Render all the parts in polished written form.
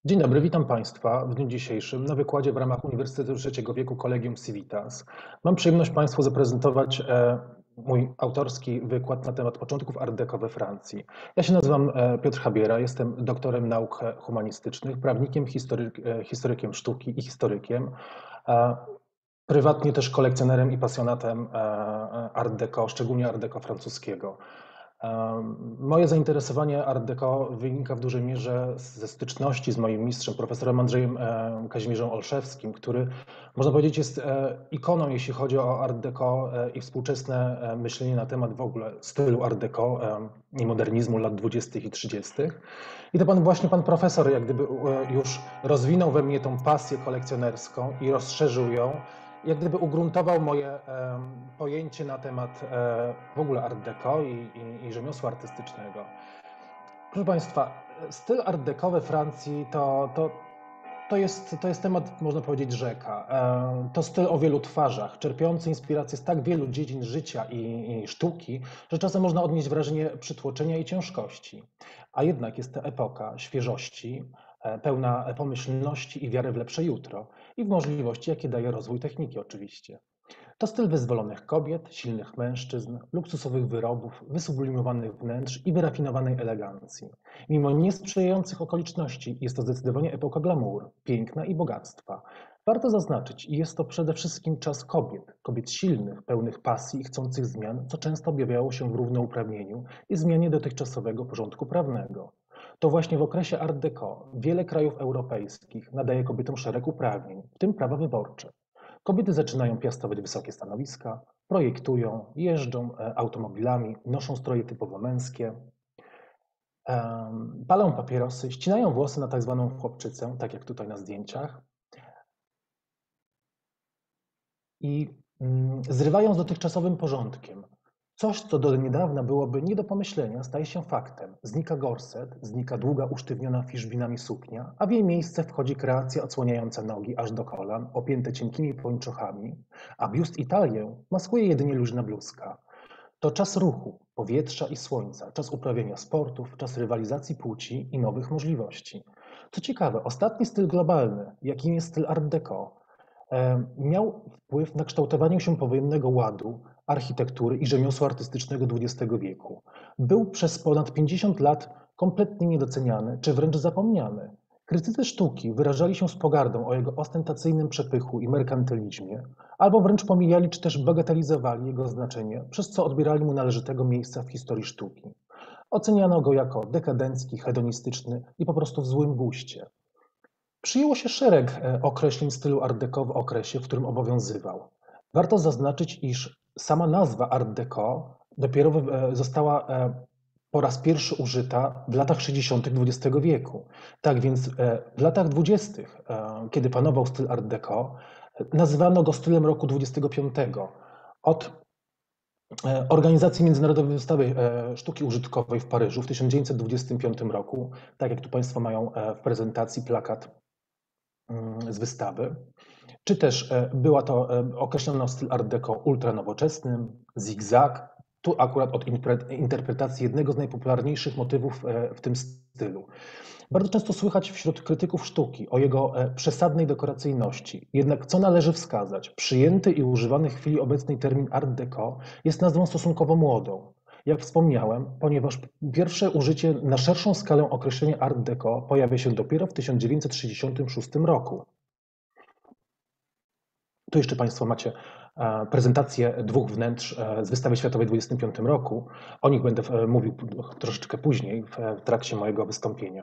Dzień dobry, witam Państwa w dniu dzisiejszym na wykładzie w ramach Uniwersytetu Trzeciego Wieku Collegium Civitas. Mam przyjemność Państwu zaprezentować mój autorski wykład na temat początków Art Deco we Francji. Ja się nazywam Piotr Habiera, jestem doktorem nauk humanistycznych, prawnikiem, historykiem sztuki i historykiem. Prywatnie też kolekcjonerem i pasjonatem Art Deco, szczególnie Art Deco francuskiego. Moje zainteresowanie Art Deco wynika w dużej mierze ze styczności z moim mistrzem, profesorem Andrzejem Kazimierzem Olszewskim, który, można powiedzieć, jest ikoną, jeśli chodzi o Art Deco i współczesne myślenie na temat w ogóle stylu Art Deco i modernizmu lat 20. i 30. I to właśnie pan profesor jak gdyby już rozwinął we mnie tą pasję kolekcjonerską i rozszerzył ją, jak gdyby ugruntował moje pojęcie na temat w ogóle Art Deco i rzemiosła artystycznego. Proszę Państwa, styl Art Deco we Francji to jest temat, można powiedzieć, rzeka. To styl o wielu twarzach, czerpiący inspirację z tak wielu dziedzin życia i sztuki, że czasem można odnieść wrażenie przytłoczenia i ciężkości. A jednak jest to epoka świeżości, pełna pomyślności i wiary w lepsze jutro i w możliwości, jakie daje rozwój techniki oczywiście. To styl wyzwolonych kobiet, silnych mężczyzn, luksusowych wyrobów, wysublimowanych wnętrz i wyrafinowanej elegancji. Mimo niesprzyjających okoliczności jest to zdecydowanie epoka glamour, piękna i bogactwa. Warto zaznaczyć, jest to przede wszystkim czas kobiet silnych, pełnych pasji i chcących zmian, co często objawiało się w równouprawnieniu i zmianie dotychczasowego porządku prawnego. To właśnie w okresie Art Deco wiele krajów europejskich nadaje kobietom szereg uprawnień, w tym prawa wyborcze. Kobiety zaczynają piastować wysokie stanowiska, projektują, jeżdżą automobilami, noszą stroje typowo męskie, palą papierosy, ścinają włosy na tak zwaną chłopczycę, tak jak tutaj na zdjęciach, i zrywają z dotychczasowym porządkiem. Coś, co do niedawna byłoby nie do pomyślenia, staje się faktem. Znika gorset, znika długa, usztywniona fiszbinami suknia, a w jej miejsce wchodzi kreacja odsłaniająca nogi aż do kolan, opięte cienkimi pończochami, a biust i talię maskuje jedynie luźna bluzka. To czas ruchu, powietrza i słońca, czas uprawiania sportów, czas rywalizacji płci i nowych możliwości. Co ciekawe, ostatni styl globalny, jakim jest styl Art Deco, miał wpływ na kształtowanie się powojennego ładu, architektury i rzemiosła artystycznego XX wieku. Był przez ponad 50 lat kompletnie niedoceniany czy wręcz zapomniany. Krytycy sztuki wyrażali się z pogardą o jego ostentacyjnym przepychu i merkantylizmie, albo wręcz pomijali czy też bagatelizowali jego znaczenie, przez co odbierali mu należytego miejsca w historii sztuki. Oceniano go jako dekadencki, hedonistyczny i po prostu w złym guście. Przyjęło się szereg określeń stylu Art Deco w okresie, w którym obowiązywał. Warto zaznaczyć, iż sama nazwa Art Deco dopiero została po raz pierwszy użyta w latach 60. XX wieku. Tak więc w latach 20., kiedy panował styl Art Deco, nazywano go stylem roku 25. Od organizacji Międzynarodowej Wystawy Sztuki Użytkowej w Paryżu w 1925 roku, tak jak tu Państwo mają w prezentacji plakat z wystawy, czy też była to określono styl Art Deco ultranowoczesnym, zigzag, tu akurat od interpretacji jednego z najpopularniejszych motywów w tym stylu. Bardzo często słychać wśród krytyków sztuki o jego przesadnej dekoracyjności. Jednak co należy wskazać? Przyjęty i używany w chwili obecnej termin Art Deco jest nazwą stosunkowo młodą. Jak wspomniałem, ponieważ pierwsze użycie na szerszą skalę określenia Art Deco pojawia się dopiero w 1966 roku. Tu jeszcze Państwo macie prezentację dwóch wnętrz z wystawy światowej w 1925 roku. O nich będę mówił troszeczkę później w trakcie mojego wystąpienia.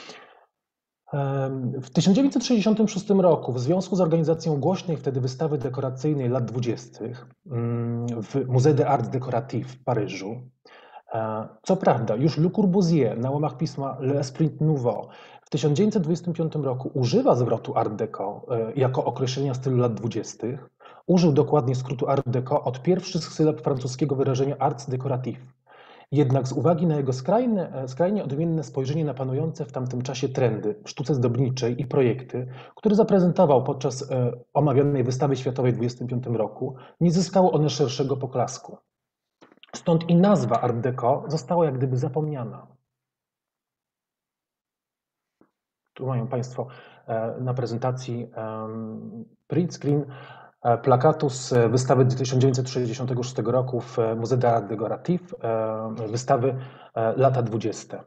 W 1966 roku w związku z organizacją głośnej wtedy wystawy dekoracyjnej lat 20. w Musée des Arts Décoratifs w Paryżu, co prawda już Le Corbusier na łamach pisma L'Esprit Nouveau w 1925 roku używa zwrotu Art Deco jako określenia stylu lat 20., użył dokładnie skrótu Art Deco od pierwszych sylab francuskiego wyrażenia arts décoratifs. Jednak z uwagi na jego skrajnie odmienne spojrzenie na panujące w tamtym czasie trendy w sztuce zdobniczej i projekty, które zaprezentował podczas omawianej wystawy światowej w 1925 roku, nie zyskało one szerszego poklasku. Stąd i nazwa Art Deco została jak gdyby zapomniana. Tu mają Państwo na prezentacji print screen plakatu z wystawy 1966 roku w Musée d'Art Décoratif, wystawy lata 20.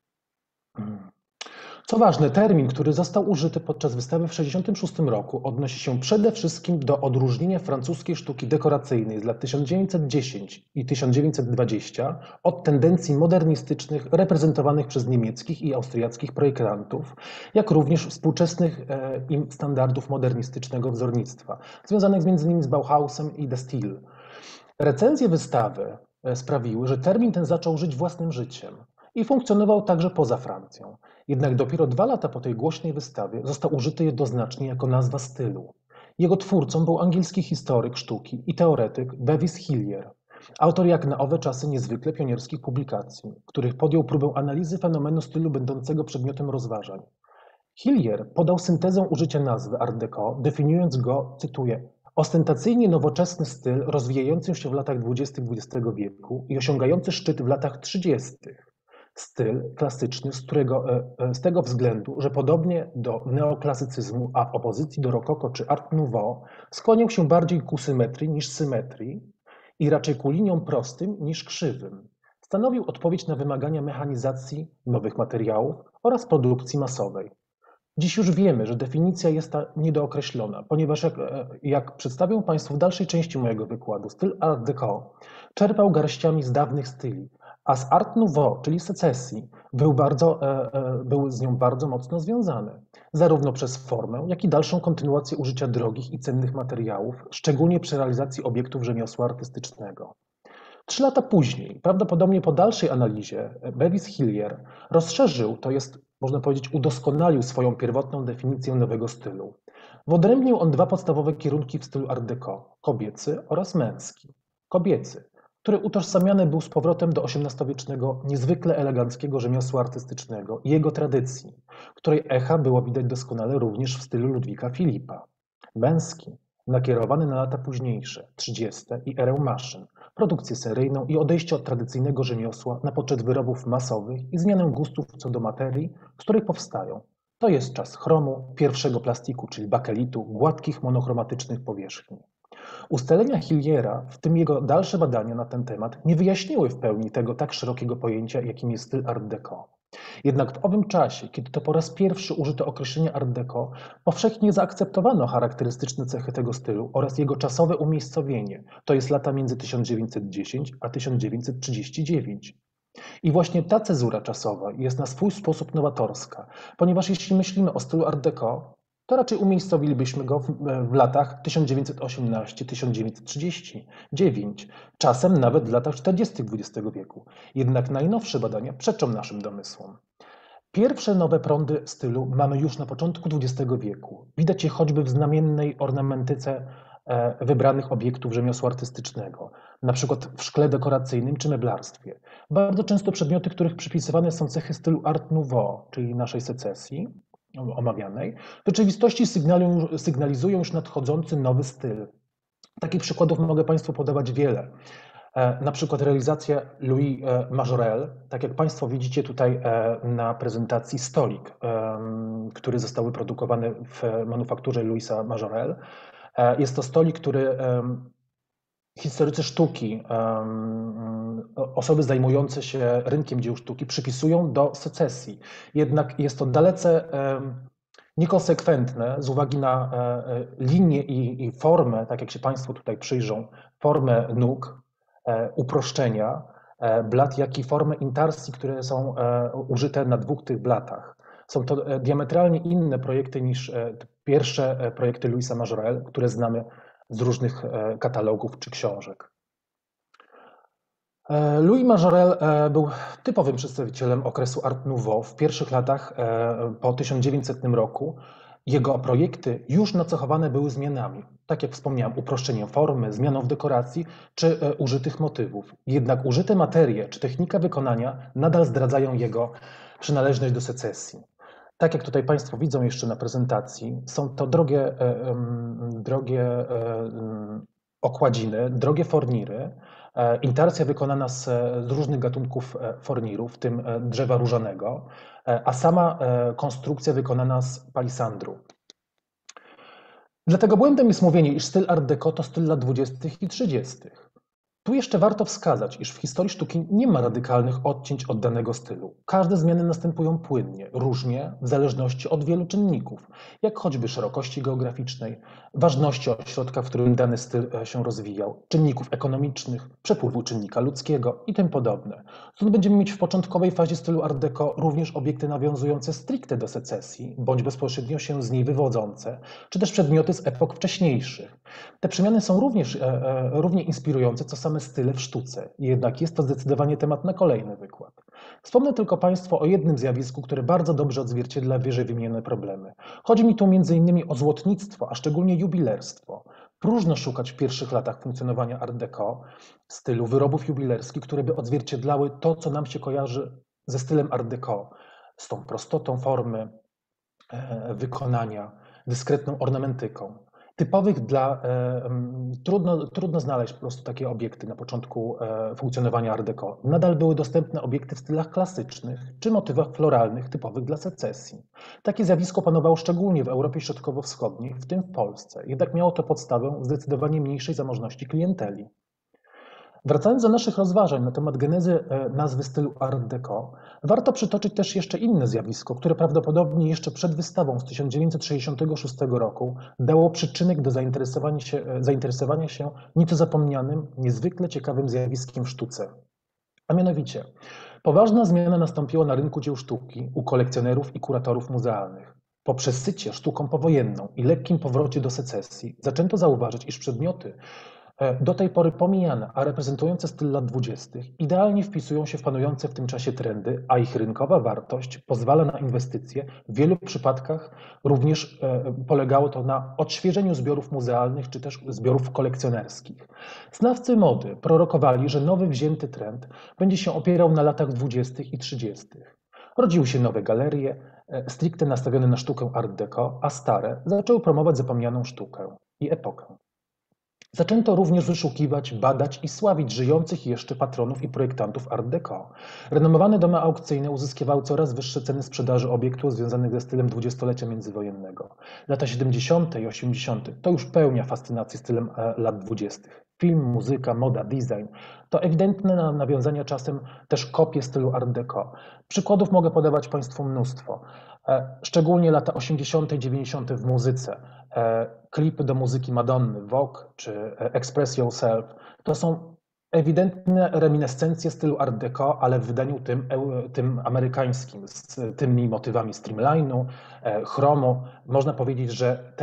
Co ważne, termin, który został użyty podczas wystawy w 1966 roku, odnosi się przede wszystkim do odróżnienia francuskiej sztuki dekoracyjnej z lat 1910 i 1920 od tendencji modernistycznych reprezentowanych przez niemieckich i austriackich projektantów, jak również współczesnych im standardów modernistycznego wzornictwa, związanych m.in. z Bauhausem i De Stijl. Recenzje wystawy sprawiły, że termin ten zaczął żyć własnym życiem i funkcjonował także poza Francją. Jednak dopiero 2 lata po tej głośnej wystawie został użyty jednoznacznie jako nazwa stylu. Jego twórcą był angielski historyk sztuki i teoretyk Bevis Hillier, autor jak na owe czasy niezwykle pionierskich publikacji, których podjął próbę analizy fenomenu stylu będącego przedmiotem rozważań. Hillier podał syntezę użycia nazwy Art Deco, definiując go, cytuję, ostentacyjnie nowoczesny styl rozwijający się w latach 20. XX wieku i osiągający szczyt w latach 30. Styl klasyczny, z tego względu, że podobnie do neoklasycyzmu, a w opozycji do rokoko czy Art Nouveau, skłaniał się bardziej ku symetrii niż symetrii i raczej ku liniom prostym niż krzywym. Stanowił odpowiedź na wymagania mechanizacji, nowych materiałów oraz produkcji masowej. Dziś już wiemy, że definicja jest ta niedookreślona, ponieważ jak przedstawię Państwu w dalszej części mojego wykładu, styl Art Deco czerpał garściami z dawnych styli, a z Art Nouveau, czyli secesji, był z nią bardzo mocno związany, zarówno przez formę, jak i dalszą kontynuację użycia drogich i cennych materiałów, szczególnie przy realizacji obiektów rzemiosła artystycznego. 3 lata później, prawdopodobnie po dalszej analizie, Bevis Hillier rozszerzył, to jest, można powiedzieć, udoskonalił swoją pierwotną definicję nowego stylu. Wyodrębnił on 2 podstawowe kierunki w stylu Art Deco, kobiecy oraz męski. Kobiecy, który utożsamiany był z powrotem do XVIII-wiecznego, niezwykle eleganckiego rzemiosła artystycznego i jego tradycji, której echa było widać doskonale również w stylu Ludwika Filipa. Męski, nakierowany na lata późniejsze, 30. i erę maszyn, produkcję seryjną i odejście od tradycyjnego rzemiosła na poczet wyrobów masowych i zmianę gustów co do materii, z której powstają. To jest czas chromu, pierwszego plastiku, czyli bakelitu, gładkich, monochromatycznych powierzchni. Ustalenia Hilliera, w tym jego dalsze badania na ten temat, nie wyjaśniły w pełni tego tak szerokiego pojęcia, jakim jest styl Art Deco. Jednak w owym czasie, kiedy to po raz pierwszy użyto określenia Art Deco, powszechnie zaakceptowano charakterystyczne cechy tego stylu oraz jego czasowe umiejscowienie, to jest lata między 1910 a 1939. I właśnie ta cezura czasowa jest na swój sposób nowatorska, ponieważ jeśli myślimy o stylu Art Deco, to raczej umiejscowilibyśmy go w latach 1918-1939, czasem nawet w latach 40. XX wieku. Jednak najnowsze badania przeczą naszym domysłom. Pierwsze nowe prądy stylu mamy już na początku XX wieku. Widać je choćby w znamiennej ornamentyce wybranych obiektów rzemiosła artystycznego, na przykład w szkle dekoracyjnym czy meblarstwie. Bardzo często przedmioty, których przypisywane są cechy stylu Art Nouveau, czyli naszej secesji omawianej, w rzeczywistości sygnalizują już nadchodzący nowy styl. Takich przykładów mogę Państwu podawać wiele. Na przykład realizacja Louis Majorel, tak jak Państwo widzicie tutaj na prezentacji stolik, który został wyprodukowany w manufakturze Louisa Majorel. Jest to stolik, który historycy sztuki, osoby zajmujące się rynkiem dzieł sztuki przypisują do secesji. Jednak jest to dalece niekonsekwentne z uwagi na linię i formę, tak jak się Państwo tutaj przyjrzą, formę nóg, uproszczenia blat, jak i formę intarsji, które są użyte na 2 tych blatach. Są to diametralnie inne projekty niż pierwsze projekty Louisa Majorel, które znamy z różnych katalogów czy książek. Louis Majorel był typowym przedstawicielem okresu Art Nouveau w pierwszych latach po 1900 roku. Jego projekty już nacechowane były zmianami, tak jak wspomniałem, uproszczeniem formy, zmianą w dekoracji czy użytych motywów. Jednak użyte materie czy technika wykonania nadal zdradzają jego przynależność do secesji. Tak jak tutaj Państwo widzą jeszcze na prezentacji, są to drogie okładziny, drogie forniry, Intarsja wykonana z różnych gatunków fornirów, w tym drzewa różanego, a sama konstrukcja wykonana z palisandru. Dlatego błędem jest mówienie, iż styl Art Deco to styl lat 20. i 30. Tu jeszcze warto wskazać, iż w historii sztuki nie ma radykalnych odcięć od danego stylu. Każde zmiany następują płynnie, różnie, w zależności od wielu czynników, jak choćby szerokości geograficznej, ważności ośrodka, w którym dany styl się rozwijał, czynników ekonomicznych, przepływu czynnika ludzkiego i tym podobne. Stąd będziemy mieć w początkowej fazie stylu Art Deco również obiekty nawiązujące stricte do secesji, bądź bezpośrednio się z niej wywodzące, czy też przedmioty z epok wcześniejszych. Te przemiany są również równie inspirujące, co same style w sztuce, jednak jest to zdecydowanie temat na kolejny wykład. Wspomnę tylko Państwu o jednym zjawisku, które bardzo dobrze odzwierciedla wyżej wymienione problemy. Chodzi mi tu m.in. o złotnictwo, a szczególnie jubilerstwo. Próżno szukać w pierwszych latach funkcjonowania Art Deco stylu wyrobów jubilerskich, które by odzwierciedlały to, co nam się kojarzy ze stylem Art Deco, z tą prostotą formy, wykonania, dyskretną ornamentyką. Typowych dla, trudno znaleźć po prostu takie obiekty na początku funkcjonowania Art Deco. Nadal były dostępne obiekty w stylach klasycznych czy motywach floralnych typowych dla secesji. Takie zjawisko panowało szczególnie w Europie Środkowo-Wschodniej, w tym w Polsce, jednak miało to podstawę zdecydowanie mniejszej zamożności klienteli. Wracając do naszych rozważań na temat genezy nazwy stylu Art Deco, warto przytoczyć też jeszcze inne zjawisko, które prawdopodobnie jeszcze przed wystawą z 1966 roku dało przyczynek do zainteresowania się nieco zapomnianym, niezwykle ciekawym zjawiskiem w sztuce. A mianowicie, poważna zmiana nastąpiła na rynku dzieł sztuki u kolekcjonerów i kuratorów muzealnych. Po przesycie sztuką powojenną i lekkim powrocie do secesji zaczęto zauważyć, iż przedmioty do tej pory pomijane, a reprezentujące styl lat 20. idealnie wpisują się w panujące w tym czasie trendy, a ich rynkowa wartość pozwala na inwestycje. W wielu przypadkach również polegało to na odświeżeniu zbiorów muzealnych czy też zbiorów kolekcjonerskich. Znawcy mody prorokowali, że nowy wzięty trend będzie się opierał na latach 20. i 30. Rodziły się nowe galerie, stricte nastawione na sztukę Art Deco, a stare zaczęły promować zapomnianą sztukę i epokę. Zaczęto również wyszukiwać, badać i sławić żyjących jeszcze patronów i projektantów Art Deco. Renomowane domy aukcyjne uzyskiwały coraz wyższe ceny sprzedaży obiektów związanych ze stylem dwudziestolecia międzywojennego. Lata 70. i 80. to już pełnia fascynacji stylem lat 20. Film, muzyka, moda, design to ewidentne nawiązania, czasem też kopie stylu Art Deco. Przykładów mogę podawać Państwu mnóstwo. Szczególnie lata 80. i 90. w muzyce. Klipy do muzyki Madonny, Vogue czy Express Yourself to są ewidentne reminiscencje stylu Art Deco, ale w wydaniu tym amerykańskim, z tymi motywami streamline'u, chromu. Można powiedzieć, że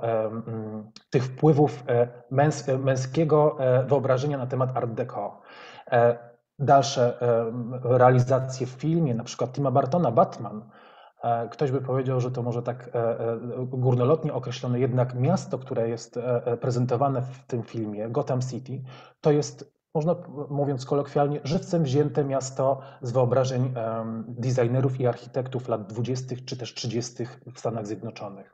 tych wpływów męskiego wyobrażenia na temat Art Deco. Dalsze realizacje w filmie, na przykład Tima Burtona, Batman. Ktoś by powiedział, że to może tak górnolotnie określone, jednak miasto, które jest prezentowane w tym filmie, Gotham City, to jest, można mówiąc kolokwialnie, żywcem wzięte miasto z wyobrażeń designerów i architektów lat 20. czy też 30. w Stanach Zjednoczonych.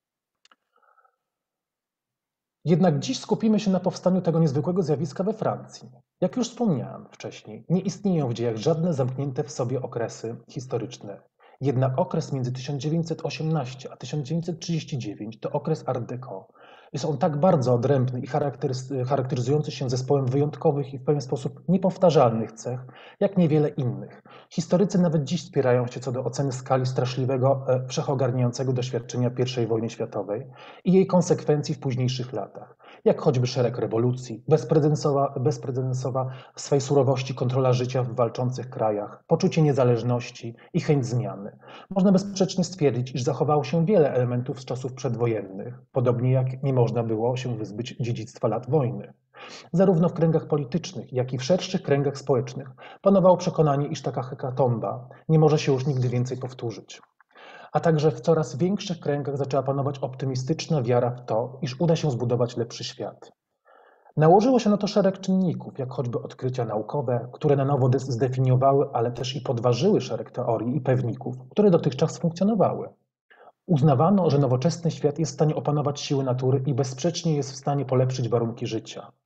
Jednak dziś skupimy się na powstaniu tego niezwykłego zjawiska we Francji. Jak już wspomniałem wcześniej, nie istnieją w dziejach żadne zamknięte w sobie okresy historyczne. Jednak okres między 1918 a 1939 to okres Art Deco. Jest on tak bardzo odrębny i charakteryzujący się zespołem wyjątkowych i w pewien sposób niepowtarzalnych cech, jak niewiele innych. Historycy nawet dziś spierają się co do oceny skali straszliwego, wszechogarniającego doświadczenia I wojny światowej i jej konsekwencji w późniejszych latach, jak choćby szereg rewolucji, bezprecedensowa w swej surowości kontrola życia w walczących krajach, poczucie niezależności i chęć zmiany. Można bezsprzecznie stwierdzić, iż zachowało się wiele elementów z czasów przedwojennych, podobnie jak nie można było się wyzbyć dziedzictwa lat wojny. Zarówno w kręgach politycznych, jak i w szerszych kręgach społecznych panowało przekonanie, iż taka hekatomba nie może się już nigdy więcej powtórzyć. A także w coraz większych kręgach zaczęła panować optymistyczna wiara w to, iż uda się zbudować lepszy świat. Nałożyło się na to szereg czynników, jak choćby odkrycia naukowe, które na nowo zdefiniowały, ale też i podważyły szereg teorii i pewników, które dotychczas funkcjonowały. Uznawano, że nowoczesny świat jest w stanie opanować siły natury i bezsprzecznie jest w stanie polepszyć warunki życia.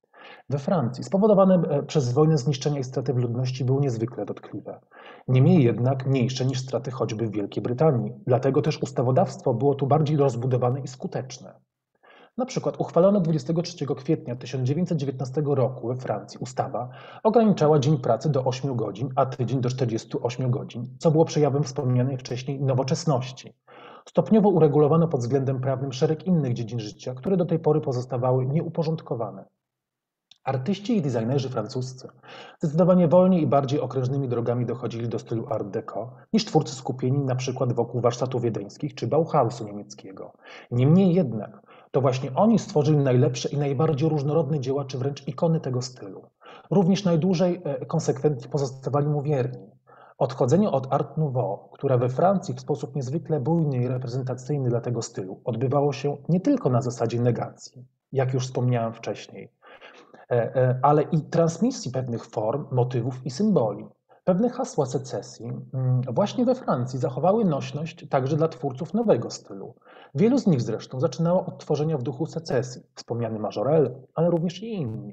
We Francji spowodowane przez wojnę zniszczenia i straty w ludności były niezwykle dotkliwe. Niemniej jednak mniejsze niż straty choćby w Wielkiej Brytanii. Dlatego też ustawodawstwo było tu bardziej rozbudowane i skuteczne. Na przykład uchwalona 23 kwietnia 1919 roku we Francji ustawa ograniczała dzień pracy do 8 godzin, a tydzień do 48 godzin, co było przejawem wspomnianej wcześniej nowoczesności. Stopniowo uregulowano pod względem prawnym szereg innych dziedzin życia, które do tej pory pozostawały nieuporządkowane. Artyści i designerzy francuscy zdecydowanie wolniej i bardziej okrężnymi drogami dochodzili do stylu Art Deco niż twórcy skupieni na przykład wokół warsztatów wiedeńskich czy Bauhausu niemieckiego. Niemniej jednak to właśnie oni stworzyli najlepsze i najbardziej różnorodne dzieła, czy wręcz ikony tego stylu. Również najdłużej konsekwentnie pozostawali mu wierni. Odchodzenie od Art Nouveau, które we Francji w sposób niezwykle bujny i reprezentacyjny dla tego stylu odbywało się nie tylko na zasadzie negacji, jak już wspomniałem wcześniej, ale i transmisji pewnych form, motywów i symboli. Pewne hasła secesji właśnie we Francji zachowały nośność także dla twórców nowego stylu. Wielu z nich zresztą zaczynało od tworzenia w duchu secesji, wspomniany Majorel, ale również i inni.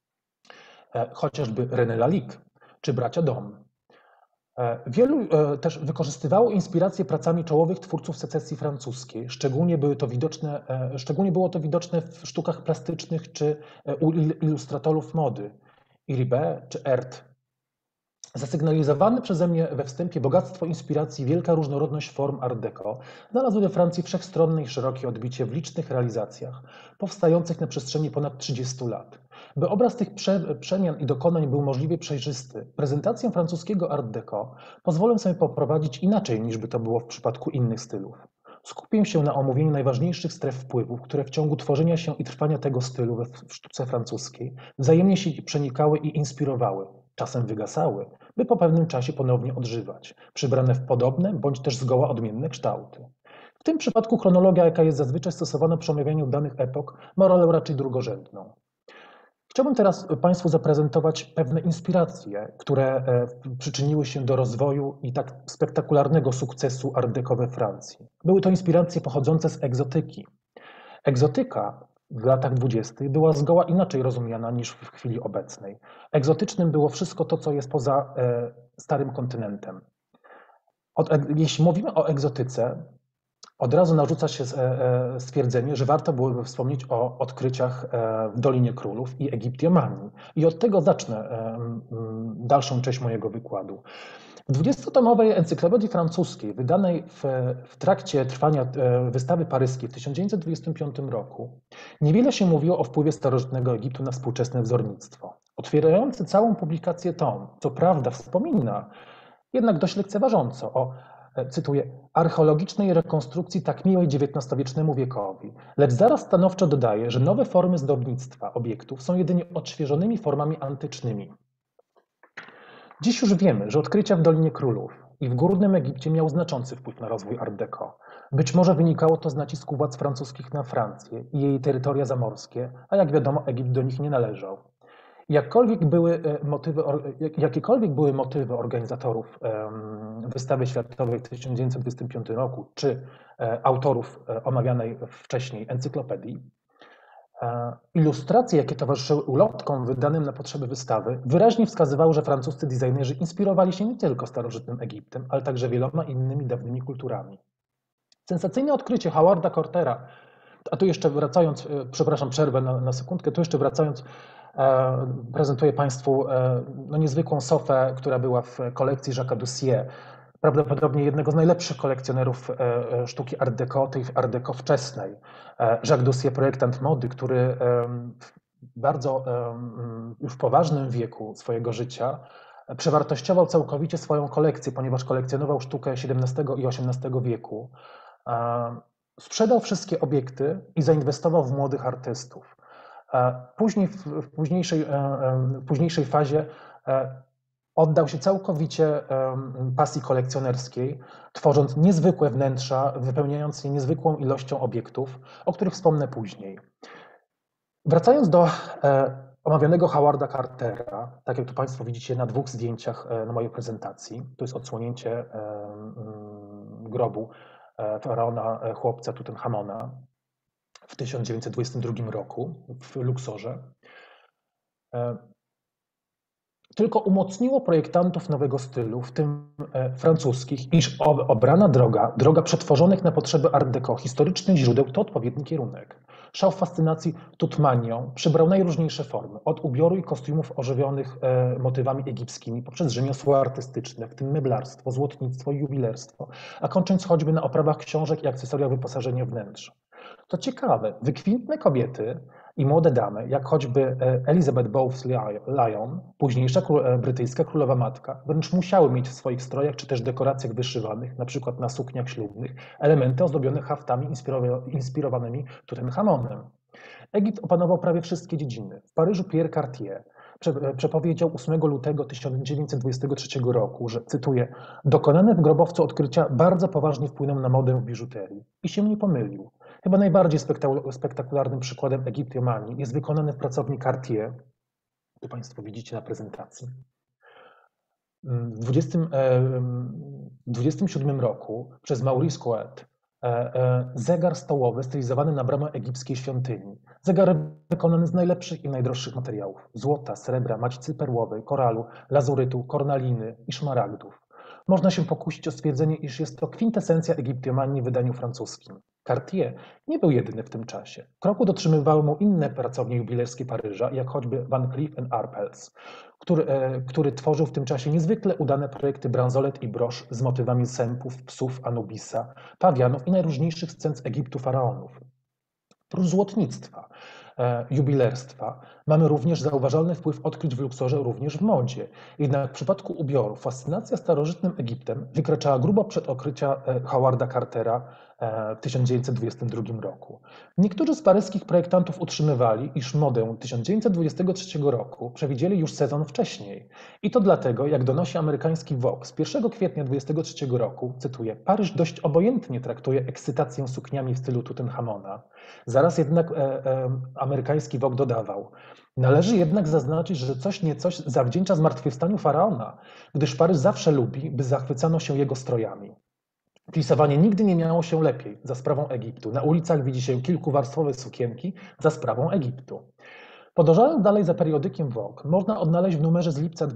Chociażby René Lalique czy bracia Dom. Wielu też wykorzystywało inspiracje pracami czołowych twórców secesji francuskiej. Szczególnie było to widoczne w sztukach plastycznych czy u ilustratorów mody, Iribe czy Ert. Zasygnalizowane przeze mnie we wstępie bogactwo inspiracji, wielka różnorodność form Art Deco znalazły we Francji wszechstronne i szerokie odbicie w licznych realizacjach powstających na przestrzeni ponad 30 lat. By obraz tych przemian i dokonań był możliwie przejrzysty, prezentację francuskiego Art Deco pozwolę sobie poprowadzić inaczej, niż by to było w przypadku innych stylów. Skupię się na omówieniu najważniejszych stref wpływów, które w ciągu tworzenia się i trwania tego stylu w sztuce francuskiej wzajemnie się przenikały i inspirowały, czasem wygasały, by po pewnym czasie ponownie odżywać, przybrane w podobne bądź też zgoła odmienne kształty. W tym przypadku chronologia, jaka jest zazwyczaj stosowana przy omawianiu danych epok, ma rolę raczej drugorzędną. Chciałbym teraz Państwu zaprezentować pewne inspiracje, które przyczyniły się do rozwoju i tak spektakularnego sukcesu Art Deco we Francji. Były to inspiracje pochodzące z egzotyki. Egzotyka w latach 20. była zgoła inaczej rozumiana niż w chwili obecnej. Egzotycznym było wszystko to, co jest poza starym kontynentem. Jeśli mówimy o egzotyce, od razu narzuca się stwierdzenie, że warto byłoby wspomnieć o odkryciach w Dolinie Królów i Egiptomanii. I od tego zacznę dalszą część mojego wykładu. W 20-tomowej encyklopedii francuskiej, wydanej w trakcie trwania wystawy paryskiej w 1925 roku, niewiele się mówiło o wpływie starożytnego Egiptu na współczesne wzornictwo. Otwierający całą publikację tom, co prawda wspomina, jednak dość lekceważąco o, cytuję, archeologicznej rekonstrukcji tak miłej XIX-wiecznemu wiekowi, lecz zaraz stanowczo dodaje, że nowe formy zdobnictwa obiektów są jedynie odświeżonymi formami antycznymi. Dziś już wiemy, że odkrycia w Dolinie Królów i w Górnym Egipcie miały znaczący wpływ na rozwój Art Deco. Być może wynikało to z nacisku władz francuskich na Francję i jej terytoria zamorskie, a jak wiadomo Egipt do nich nie należał. Jakiekolwiek były motywy organizatorów wystawy światowej w 1925 roku, czy autorów omawianej wcześniej encyklopedii, ilustracje, jakie towarzyszyły ulotkom wydanym na potrzeby wystawy, wyraźnie wskazywały, że francuscy designerzy inspirowali się nie tylko starożytnym Egiptem, ale także wieloma innymi dawnymi kulturami. Sensacyjne odkrycie Howarda Cartera, a tu jeszcze wracając, przepraszam, przerwę na sekundkę, tu jeszcze wracając, prezentuję Państwu niezwykłą sofę, która była w kolekcji Jacques'a Douciet, prawdopodobnie jednego z najlepszych kolekcjonerów sztuki Art Deco, tej Art Deco wczesnej. Jacques Douciet, projektant mody, który w bardzo już poważnym wieku swojego życia przewartościował całkowicie swoją kolekcję, ponieważ kolekcjonował sztukę XVII i XVIII wieku. Sprzedał wszystkie obiekty i zainwestował w młodych artystów. Później, w późniejszej fazie oddał się całkowicie pasji kolekcjonerskiej, tworząc niezwykłe wnętrza, wypełniając je niezwykłą ilością obiektów, o których wspomnę później. Wracając do omawianego Howarda Cartera, tak jak tu Państwo widzicie na dwóch zdjęciach na mojej prezentacji, to jest odsłonięcie grobu faraona chłopca Tutenchamona w 1922 roku w Luksorze. tylko umocniło projektantów nowego stylu, w tym francuskich, iż obrana droga przetworzonych na potrzeby Art Deco historycznych źródeł to odpowiedni kierunek. Szał fascynacji Tutmanią przybrał najróżniejsze formy, od ubioru i kostiumów ożywionych motywami egipskimi, poprzez rzemiosło artystyczne, w tym meblarstwo, złotnictwo i jubilerstwo, a kończąc choćby na oprawach książek i akcesoriach wyposażenia wnętrz. To ciekawe, wykwintne kobiety i młode damy, jak choćby Elizabeth Bowes-Lyon, późniejsza brytyjska królowa matka, wręcz musiały mieć w swoich strojach czy też dekoracjach wyszywanych, na przykład na sukniach ślubnych, elementy ozdobione haftami inspirowanymi Tutenchamonem. Egipt opanował prawie wszystkie dziedziny. W Paryżu Pierre Cartier przepowiedział 8 lutego 1923 roku, że, cytuję, dokonane w grobowcu odkrycia bardzo poważnie wpłyną na modę w biżuterii. I się nie pomylił. Chyba najbardziej spektakularnym przykładem egiptomanii jest wykonany w pracowni Cartier, tu Państwo widzicie na prezentacji, w 1927 roku przez Maurice Couet zegar stołowy stylizowany na bramę egipskiej świątyni. Zegar wykonany z najlepszych i najdroższych materiałów: złota, srebra, macicy perłowej, koralu, lazurytu, kornaliny i szmaragdów. Można się pokusić o stwierdzenie, iż jest to kwintesencja egiptomanii w wydaniu francuskim. Cartier nie był jedyny w tym czasie. Kroku dotrzymywały mu inne pracownie jubilerskie Paryża, jak choćby Van Cleef & Arpels, który tworzył w tym czasie niezwykle udane projekty bransolet i brosz z motywami sępów, psów Anubisa, pawianów i najróżniejszych scen z Egiptu faraonów. Prócz złotnictwa, jubilerstwa mamy również zauważalny wpływ odkryć w luksurze również w modzie. Jednak w przypadku ubiorów fascynacja starożytnym Egiptem wykraczała grubo przed odkrycia Howarda Cartera w 1922 roku. Niektórzy z paryskich projektantów utrzymywali, iż modę 1923 roku przewidzieli już sezon wcześniej. I to dlatego, jak donosi amerykański Vogue z 1 kwietnia 1923 roku, cytuję, Paryż dość obojętnie traktuje ekscytację sukniami w stylu Tutenchamona. Zaraz jednak amerykański Vogue dodawał: należy jednak zaznaczyć, że coś niecoś zawdzięcza zmartwychwstaniu faraona, gdyż Paryż zawsze lubi, by zachwycano się jego strojami. Plisowanie nigdy nie miało się lepiej za sprawą Egiptu. Na ulicach widzi się kilkuwarstwowe sukienki za sprawą Egiptu. Podążając dalej za periodykiem Vogue, można odnaleźć w numerze z lipca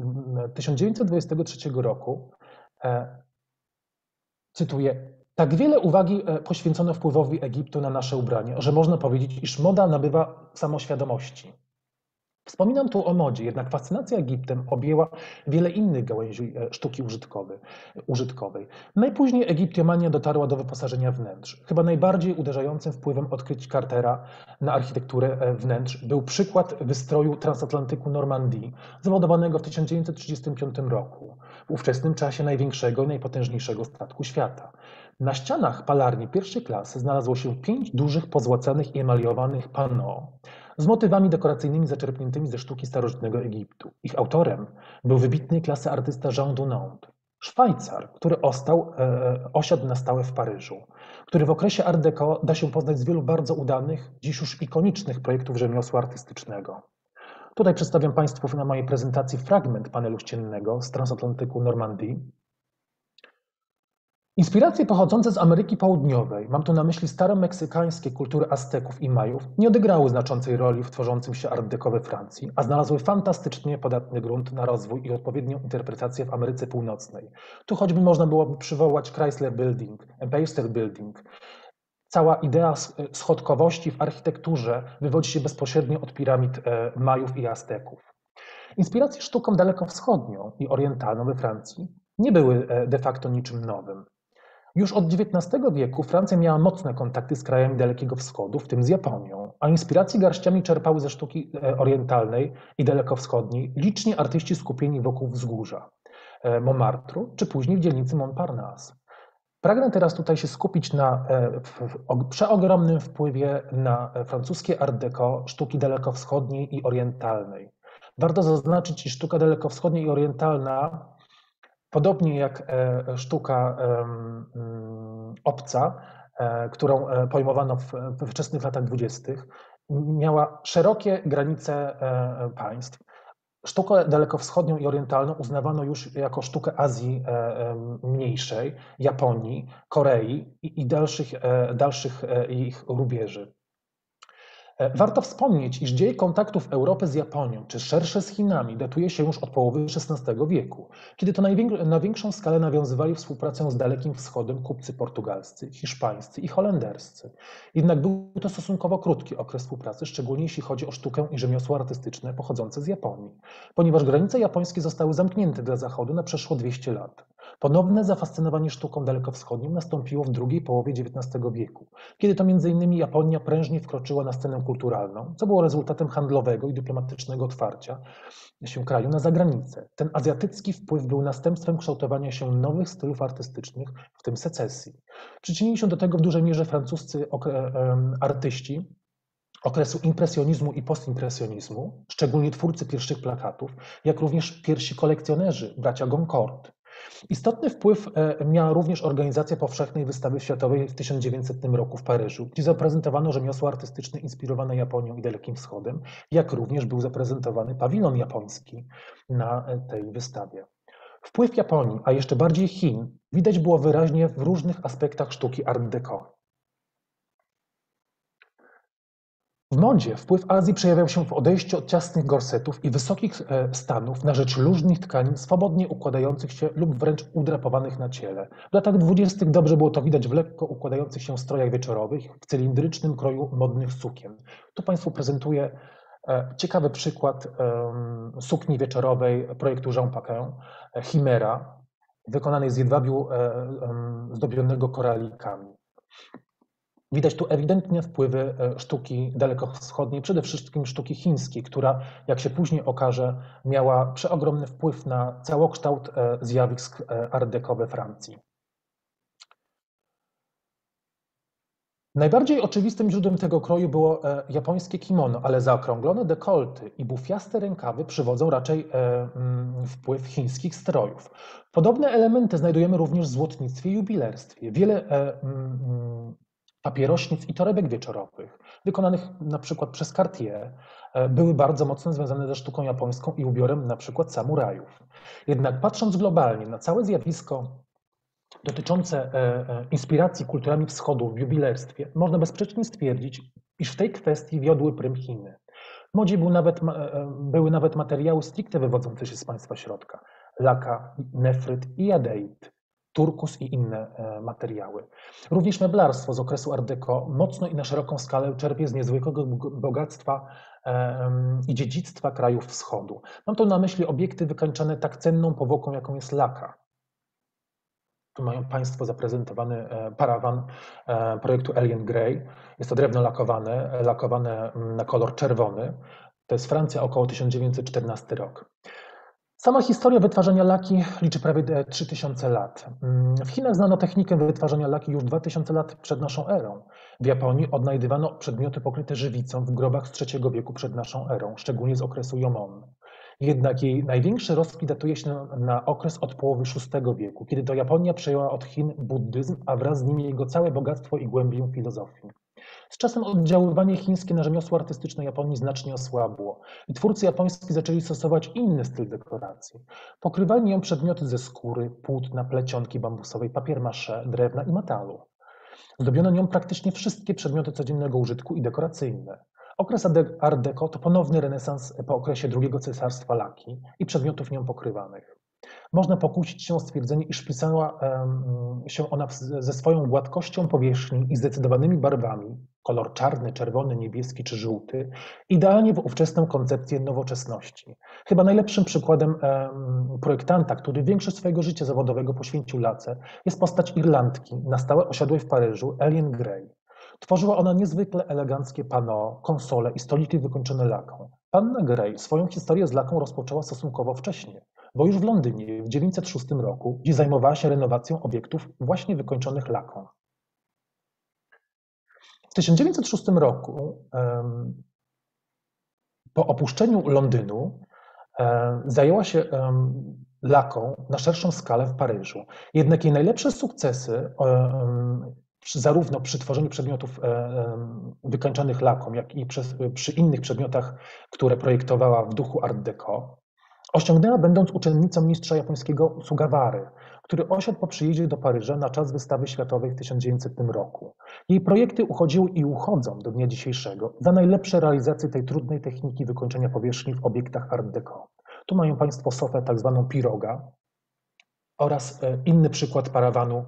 1923 roku, cytuję, tak wiele uwagi poświęcono wpływowi Egiptu na nasze ubranie, że można powiedzieć, iż moda nabywa samoświadomości. Wspominam tu o modzie, jednak fascynacja Egiptem objęła wiele innych gałęzi sztuki użytkowej. Najpóźniej egiptomania dotarła do wyposażenia wnętrz. Chyba najbardziej uderzającym wpływem odkryć Cartera na architekturę wnętrz był przykład wystroju transatlantyku Normandii, zabudowanego w 1935 roku, w ówczesnym czasie największego i najpotężniejszego statku świata. Na ścianach palarni pierwszej klasy znalazło się 5 dużych, pozłacanych i emaliowanych panneaux z motywami dekoracyjnymi zaczerpniętymi ze sztuki starożytnego Egiptu. Ich autorem był wybitnej klasy artysta Jean Dunant, Szwajcar, który osiadł na stałe w Paryżu, który w okresie Art Deco da się poznać z wielu bardzo udanych, dziś już ikonicznych projektów rzemiosła artystycznego. Tutaj przedstawiam Państwu na mojej prezentacji fragment panelu ściennego z transatlantyku Normandii. Inspiracje pochodzące z Ameryki Południowej, mam tu na myśli staromeksykańskie kultury Azteków i Majów, nie odegrały znaczącej roli w tworzącym się Art Deco we Francji, a znalazły fantastycznie podatny grunt na rozwój i odpowiednią interpretację w Ameryce Północnej. Tu choćby można byłoby przywołać Chrysler Building, Empire State Building. Cała idea schodkowości w architekturze wywodzi się bezpośrednio od piramid Majów i Azteków. Inspiracje sztuką dalekowschodnią i orientalną we Francji nie były de facto niczym nowym. Już od XIX wieku Francja miała mocne kontakty z krajami Dalekiego Wschodu, w tym z Japonią, a inspiracji garściami czerpały ze sztuki orientalnej i dalekowschodniej liczni artyści skupieni wokół wzgórza Montmartru, czy później w dzielnicy Montparnasse. Pragnę teraz tutaj się skupić na przeogromnym wpływie na francuskie Art Deco sztuki dalekowschodniej i orientalnej. Warto zaznaczyć, że sztuka dalekowschodnia i orientalna, podobnie jak sztuka obca, którą pojmowano we wczesnych latach 20., miała szerokie granice państw. Sztukę dalekowschodnią i orientalną uznawano już jako sztukę Azji Mniejszej, Japonii, Korei i dalszych ich rubieży. Warto wspomnieć, iż dzieje kontaktów Europy z Japonią, czy szersze z Chinami, datuje się już od połowy XVI wieku, kiedy to na większą skalę nawiązywali współpracę z Dalekim Wschodem kupcy portugalscy, hiszpańscy i holenderscy. Jednak był to stosunkowo krótki okres współpracy, szczególnie jeśli chodzi o sztukę i rzemiosło artystyczne pochodzące z Japonii, ponieważ granice japońskie zostały zamknięte dla Zachodu na przeszło 200 lat. Ponowne zafascynowanie sztuką dalekowschodnią nastąpiło w drugiej połowie XIX wieku, kiedy to m.in. Japonia prężnie wkroczyła na scenę kulturalną, co było rezultatem handlowego i dyplomatycznego otwarcia się kraju na zagranicę. Ten azjatycki wpływ był następstwem kształtowania się nowych stylów artystycznych, w tym secesji. Przyczynili się do tego w dużej mierze francuscy artyści okresu impresjonizmu i postimpresjonizmu, szczególnie twórcy pierwszych plakatów, jak również pierwsi kolekcjonerzy, bracia Goncourt. Istotny wpływ miała również organizacja Powszechnej Wystawy Światowej w 1900 roku w Paryżu, gdzie zaprezentowano rzemiosła artystyczne inspirowane Japonią i Dalekim Wschodem, jak również był zaprezentowany pawilon japoński na tej wystawie. Wpływ Japonii, a jeszcze bardziej Chin, widać było wyraźnie w różnych aspektach sztuki Art Deco. W modzie wpływ Azji przejawiał się w odejściu od ciasnych gorsetów i wysokich stanów na rzecz luźnych tkanin swobodnie układających się lub wręcz udrapowanych na ciele. W latach 20. dobrze było to widać w lekko układających się strojach wieczorowych, w cylindrycznym kroju modnych sukien. Tu Państwu prezentuję ciekawy przykład sukni wieczorowej projektu Jean Paquin, Chimera, wykonanej z jedwabiu zdobionego koralikami. Widać tu ewidentnie wpływy sztuki dalekowschodniej, przede wszystkim sztuki chińskiej, która, jak się później okaże, miała przeogromny wpływ na całokształt zjawisk art deco we Francji. Najbardziej oczywistym źródłem tego kroju było japońskie kimono, ale zaokrąglone dekolty i bufiaste rękawy przywodzą raczej wpływ chińskich strojów. Podobne elementy znajdujemy również w złotnictwie i jubilerstwie. Wiele papierośnic i torebek wieczorowych, wykonanych na przykład przez Cartier, były bardzo mocno związane ze sztuką japońską i ubiorem na przykład samurajów. Jednak patrząc globalnie na całe zjawisko dotyczące inspiracji kulturami wschodu w jubilerstwie, można bezsprzecznie stwierdzić, iż w tej kwestii wiodły prym Chiny. W modzie były nawet materiały stricte wywodzące się z państwa środka: laka, nefryt i jadeit, turkus i inne materiały. Również meblarstwo z okresu Art Deco mocno i na szeroką skalę czerpie z niezwykłego bogactwa i dziedzictwa krajów wschodu. Mam tu na myśli obiekty wykańczane tak cenną powłoką, jaką jest laka. Tu mają Państwo zaprezentowany parawan projektu Alien Grey. Jest to drewno lakowane na kolor czerwony. To jest Francja, około 1914 rok. Sama historia wytwarzania laki liczy prawie 3000 lat. W Chinach znano technikę wytwarzania laki już 2000 lat przed naszą erą. W Japonii odnajdywano przedmioty pokryte żywicą w grobach z III wieku przed naszą erą, szczególnie z okresu Jomon. Jednak jej największy rozkwit datuje się na okres od połowy VI wieku, kiedy to Japonia przejęła od Chin buddyzm, a wraz z nim jego całe bogactwo i głębię filozofii. Z czasem oddziaływanie chińskie na rzemiosło artystyczne Japonii znacznie osłabło i twórcy japońscy zaczęli stosować inny styl dekoracji. Pokrywali nią przedmioty ze skóry, płótna, plecionki bambusowej, papier-mâché, drewna i metalu. Zdobiono nią praktycznie wszystkie przedmioty codziennego użytku i dekoracyjne. Okres Art Deco to ponowny renesans po okresie II cesarstwa laki i przedmiotów nią pokrywanych. Można pokusić się o stwierdzenie, iż wpisała się ona ze swoją gładkością powierzchni i zdecydowanymi barwami, kolor czarny, czerwony, niebieski czy żółty, idealnie w ówczesną koncepcję nowoczesności. Chyba najlepszym przykładem projektanta, który większość swojego życia zawodowego poświęcił lace, jest postać Irlandki, na stałe osiadłej w Paryżu, Alien Grey. Tworzyła ona niezwykle eleganckie pano, konsole i stoliki wykończone laką. Panna Grey swoją historię z laką rozpoczęła stosunkowo wcześnie, bo już w Londynie w 906 roku, gdzie zajmowała się renowacją obiektów właśnie wykończonych laką. W 1906 roku, po opuszczeniu Londynu, zajęła się laką na szerszą skalę w Paryżu. Jednak jej najlepsze sukcesy zarówno przy tworzeniu przedmiotów wykańczanych laką, jak i przy innych przedmiotach, które projektowała w duchu Art Deco, osiągnęła będąc uczennicą mistrza japońskiego Sugawary. który osiadł po przyjeździe do Paryża na czas wystawy światowej w 1900 roku. Jej projekty uchodziły i uchodzą do dnia dzisiejszego za najlepsze realizacje tej trudnej techniki wykończenia powierzchni w obiektach Art Deco. Tu mają Państwo sofę tak zwaną piroga oraz inny przykład parawanu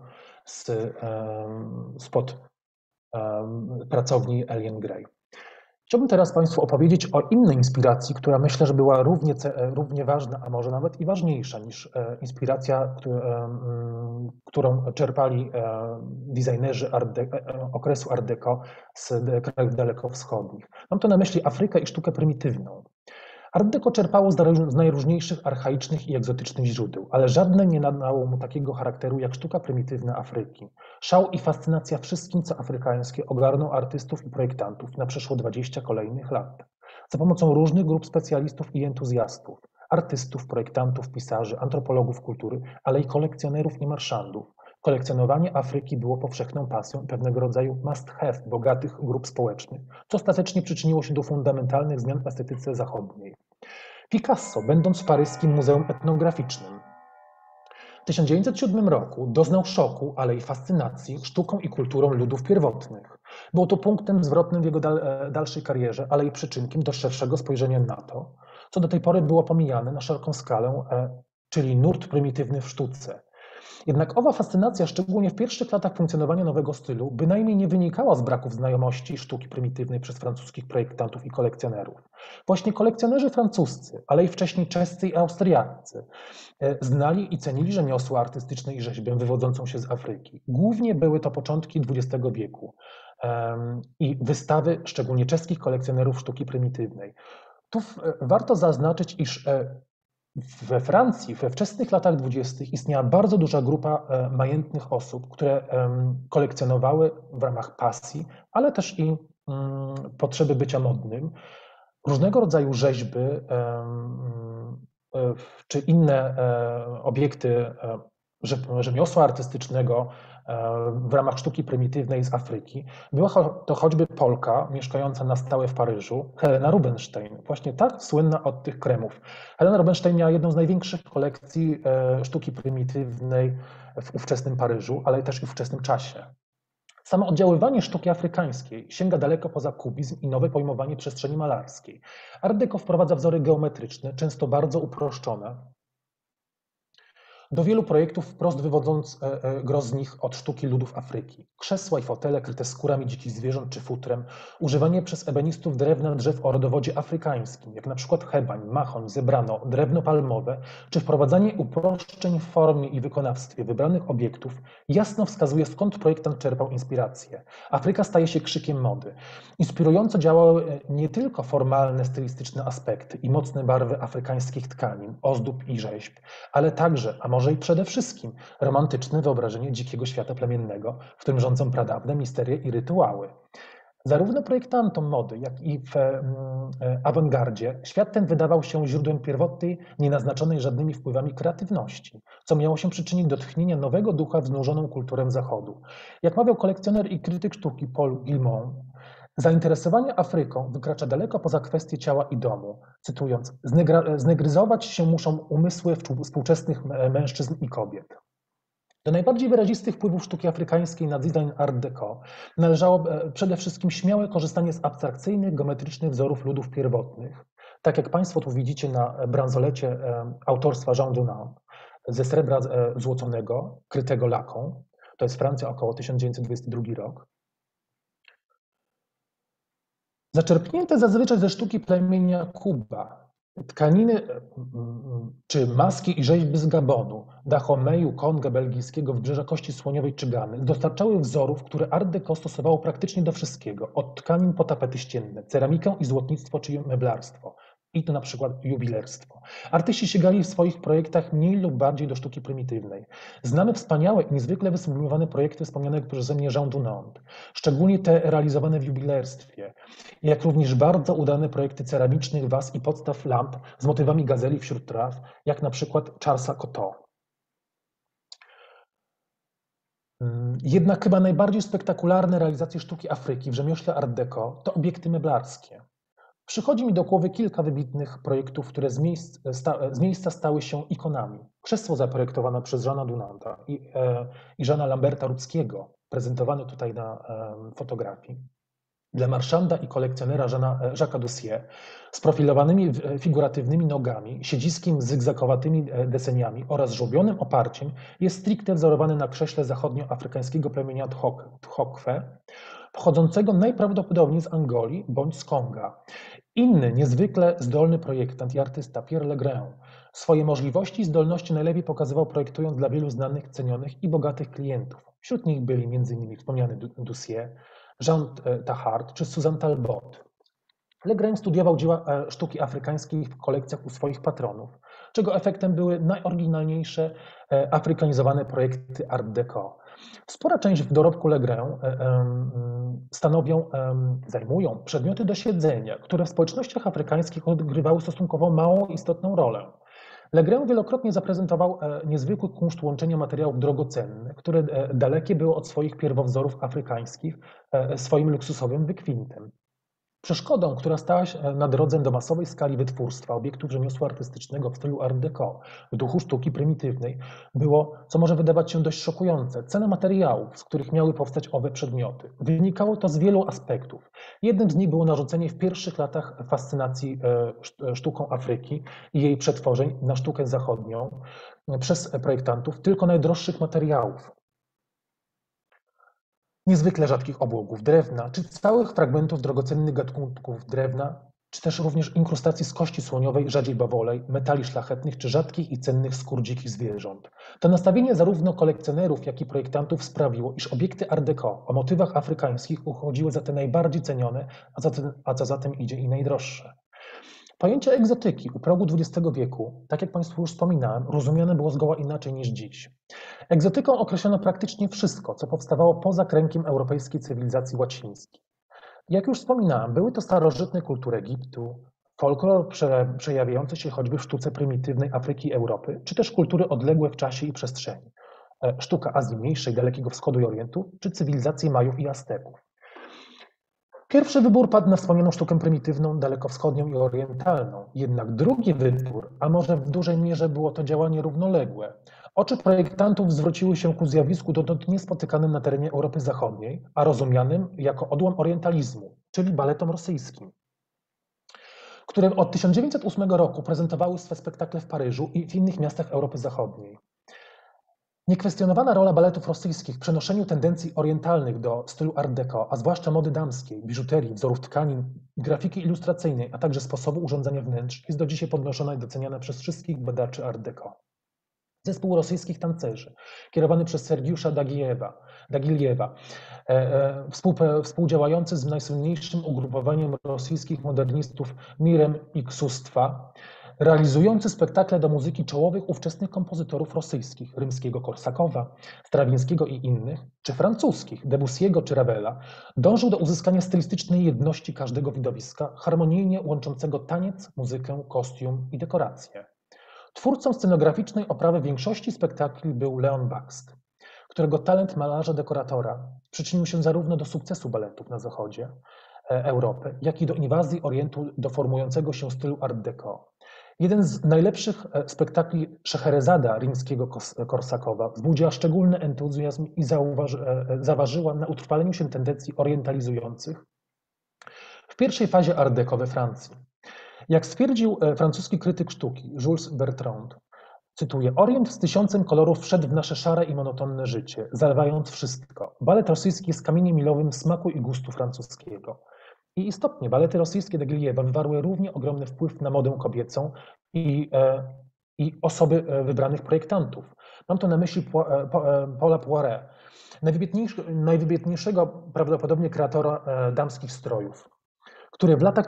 spod pracowni Alien Grey. Chciałbym teraz Państwu opowiedzieć o innej inspiracji, która myślę, że była równie ważna, a może nawet i ważniejsza niż inspiracja, którą czerpali designerzy okresu Art Deco z krajów dalekowschodnich. Mam tu na myśli Afrykę i sztukę prymitywną. Art Deco czerpało z najróżniejszych archaicznych i egzotycznych źródeł, ale żadne nie nadało mu takiego charakteru jak sztuka prymitywna Afryki. Szał i fascynacja wszystkim, co afrykańskie, ogarnął artystów i projektantów na przeszło 20 kolejnych lat. Za pomocą różnych grup specjalistów i entuzjastów, artystów, projektantów, pisarzy, antropologów kultury, ale i kolekcjonerów i marszandów. Kolekcjonowanie Afryki było powszechną pasją, pewnego rodzaju must have bogatych grup społecznych, co ostatecznie przyczyniło się do fundamentalnych zmian w estetyce zachodniej. Picasso, będąc w paryskim Muzeum Etnograficznym, w 1907 roku doznał szoku, ale i fascynacji sztuką i kulturą ludów pierwotnych. Było to punktem zwrotnym w jego dalszej karierze, ale i przyczynkiem do szerszego spojrzenia na to, co do tej pory było pomijane na szeroką skalę, czyli nurt prymitywny w sztuce. Jednak owa fascynacja, szczególnie w pierwszych latach funkcjonowania nowego stylu, bynajmniej nie wynikała z braków znajomości sztuki prymitywnej przez francuskich projektantów i kolekcjonerów. Właśnie kolekcjonerzy francuscy, ale i wcześniej czescy i austriaccy znali i cenili rzemiosła artystyczne i rzeźbę wywodzącą się z Afryki. Głównie były to początki XX wieku i wystawy szczególnie czeskich kolekcjonerów sztuki prymitywnej. Tu warto zaznaczyć, iż we Francji we wczesnych latach 20. istniała bardzo duża grupa majętnych osób, które kolekcjonowały w ramach pasji, ale też i potrzeby bycia modnym, różnego rodzaju rzeźby czy inne obiekty rzemiosła artystycznego w ramach sztuki prymitywnej z Afryki. Była to choćby Polka mieszkająca na stałe w Paryżu, Helena Rubinstein, właśnie tak słynna od tych kremów. Helena Rubinstein miała jedną z największych kolekcji sztuki prymitywnej w ówczesnym Paryżu, ale też i w ówczesnym czasie. Samo oddziaływanie sztuki afrykańskiej sięga daleko poza kubizm i nowe pojmowanie przestrzeni malarskiej. Art Deco wprowadza wzory geometryczne, często bardzo uproszczone, do wielu projektów wprost wywodząc gros z nich od sztuki ludów Afryki. Krzesła i fotele kryte skórami dzikich zwierząt czy futrem, używanie przez ebenistów drewna drzew o rodowodzie afrykańskim, jak na przykład hebań, machoń, zebrano, drewno palmowe, czy wprowadzanie uproszczeń w formie i wykonawstwie wybranych obiektów jasno wskazuje, skąd projektant czerpał inspirację. Afryka staje się krzykiem mody. Inspirująco działały nie tylko formalne, stylistyczne aspekty i mocne barwy afrykańskich tkanin, ozdób i rzeźb, ale także, a może i przede wszystkim, romantyczne wyobrażenie dzikiego świata plemiennego, w którym rządzą pradawne misterie i rytuały. Zarówno projektantom mody, jak i w awangardzie świat ten wydawał się źródłem pierwotnej, nienaznaczonej żadnymi wpływami kreatywności, co miało się przyczynić do tchnienia nowego ducha w znużoną kulturę Zachodu. Jak mawiał kolekcjoner i krytyk sztuki Paul Gilmont, zainteresowanie Afryką wykracza daleko poza kwestie ciała i domu. Cytując, znegryzować się muszą umysły współczesnych mężczyzn i kobiet. Do najbardziej wyrazistych wpływów sztuki afrykańskiej na design Art Deco należało przede wszystkim śmiałe korzystanie z abstrakcyjnych, geometrycznych wzorów ludów pierwotnych. Tak jak Państwo tu widzicie na bransolecie autorstwa Jean Dunant ze srebra złoconego, krytego laką. To jest Francja, około 1922 rok. Zaczerpnięte zazwyczaj ze sztuki plemienia Kuba, tkaniny czy maski i rzeźby z Gabonu, Dahomeju, Konga belgijskiego, Wybrzeża Kości Słoniowej czy Gany dostarczały wzorów, które Art Deco stosowało praktycznie do wszystkiego, od tkanin po tapety ścienne, ceramikę i złotnictwo czy meblarstwo. I to na przykład jubilerstwo. Artyści sięgali w swoich projektach mniej lub bardziej do sztuki prymitywnej. Znamy wspaniałe i niezwykle wysublimowane projekty wspomnianego przeze mnie Jean Dunant, szczególnie te realizowane w jubilerstwie, jak również bardzo udane projekty ceramicznych was i podstaw lamp z motywami gazeli wśród traw, jak na przykład Charlesa Coteau. Jednak chyba najbardziej spektakularne realizacje sztuki Afryki w rzemiośle Art Deco to obiekty meblarskie. Przychodzi mi do głowy kilka wybitnych projektów, które z miejsca stały się ikonami. Krzesło zaprojektowane przez Jeana Dunanta i Jeana Lamberta Rudzkiego, prezentowane tutaj na fotografii, dla marszanda i kolekcjonera Jacques'a Douciet, z profilowanymi figuratywnymi nogami, siedziskiem z zygzakowatymi deseniami oraz żłobionym oparciem, jest stricte wzorowany na krześle zachodnioafrykańskiego plemienia Thokwe, pochodzącego najprawdopodobniej z Angolii bądź z Konga. Inny, niezwykle zdolny projektant i artysta, Pierre Legrand, swoje możliwości i zdolności najlepiej pokazywał, projektując dla wielu znanych, cenionych i bogatych klientów. Wśród nich byli m.in. wspomniany Douciet, Jean Tahart czy Suzanne Talbot. Legrand studiował dzieła sztuki afrykańskiej w kolekcjach u swoich patronów, czego efektem były najoryginalniejsze afrykanizowane projekty Art Deco. Spora część w dorobku Legrand zajmują przedmioty do siedzenia, które w społecznościach afrykańskich odgrywały stosunkowo mało istotną rolę. Legrand wielokrotnie zaprezentował niezwykły kunszt łączenia materiałów drogocennych, które dalekie były od swoich pierwowzorów afrykańskich, swoim luksusowym wykwintem. Przeszkodą, która stała się na drodze do masowej skali wytwórstwa obiektów rzemiosła artystycznego w stylu Art Deco, w duchu sztuki prymitywnej, było, co może wydawać się dość szokujące, cena materiałów, z których miały powstać owe przedmioty. Wynikało to z wielu aspektów. Jednym z nich było narzucenie w pierwszych latach fascynacji sztuką Afryki i jej przetworzeń na sztukę zachodnią przez projektantów tylko najdroższych materiałów, niezwykle rzadkich obłogów drewna, czy całych fragmentów drogocennych gatunków drewna, czy też również inkrustacji z kości słoniowej, rzadziej bawolej, metali szlachetnych, czy rzadkich i cennych skór dzikich zwierząt. To nastawienie zarówno kolekcjonerów, jak i projektantów sprawiło, iż obiekty Art Deco o motywach afrykańskich uchodziły za te najbardziej cenione, a co za tym idzie i najdroższe. Pojęcie egzotyki u progu XX wieku, tak jak Państwu już wspominałem, rozumiane było zgoła inaczej niż dziś. Egzotyką określono praktycznie wszystko, co powstawało poza kręgiem europejskiej cywilizacji łacińskiej. Jak już wspominałem, były to starożytne kultury Egiptu, folklor przejawiający się choćby w sztuce prymitywnej Afryki i Europy, czy też kultury odległe w czasie i przestrzeni, sztuka Azji Mniejszej, Dalekiego Wschodu i Orientu, czy cywilizacje Majów i Azteków. Pierwszy wybór padł na wspomnianą sztukę prymitywną, dalekowschodnią i orientalną. Jednak drugi wybór, a może w dużej mierze było to działanie równoległe. Oczy projektantów zwróciły się ku zjawisku dotąd niespotykanym na terenie Europy Zachodniej, a rozumianym jako odłam orientalizmu, czyli baletom rosyjskim, które od 1908 roku prezentowały swe spektakle w Paryżu i w innych miastach Europy Zachodniej. Niekwestionowana rola baletów rosyjskich w przenoszeniu tendencji orientalnych do stylu Art Deco, a zwłaszcza mody damskiej, biżuterii, wzorów tkanin, grafiki ilustracyjnej, a także sposobu urządzania wnętrz jest do dzisiaj podnoszona i doceniana przez wszystkich badaczy Art Deco. Zespół rosyjskich tancerzy, kierowany przez Sergiusza Dagiljewa, współdziałający z najsłynniejszym ugrupowaniem rosyjskich modernistów Mirem i Ksustwa, realizujący spektakle do muzyki czołowych ówczesnych kompozytorów rosyjskich, Rimskiego-Korsakowa, Strawińskiego i innych, czy francuskich, Debussy'ego czy Ravela, dążył do uzyskania stylistycznej jedności każdego widowiska, harmonijnie łączącego taniec, muzykę, kostium i dekoracje. Twórcą scenograficznej oprawy większości spektakli był Leon Bakst, którego talent malarza-dekoratora przyczynił się zarówno do sukcesu baletów na zachodzie Europy, jak i do inwazji Orientu do formującego się stylu Art Deco. Jeden z najlepszych spektakli Szeherezada Rimskiego-Korsakowa wzbudziła szczególny entuzjazm i zaważyła na utrwaleniu się tendencji orientalizujących w pierwszej fazie Art Deco we Francji. Jak stwierdził francuski krytyk sztuki Jules Bertrand, cytuję: Orient z 1000 kolorów wszedł w nasze szare i monotonne życie, zalewając wszystko. Balet rosyjski jest kamieniem milowym smaku i gustu francuskiego. I istotnie balety rosyjskie Dagiljewa wywarły równie ogromny wpływ na modę kobiecą i osoby wybranych projektantów. Mam tu na myśli Paula Poiret, najwybitniejszego prawdopodobnie kreatora damskich strojów, który w latach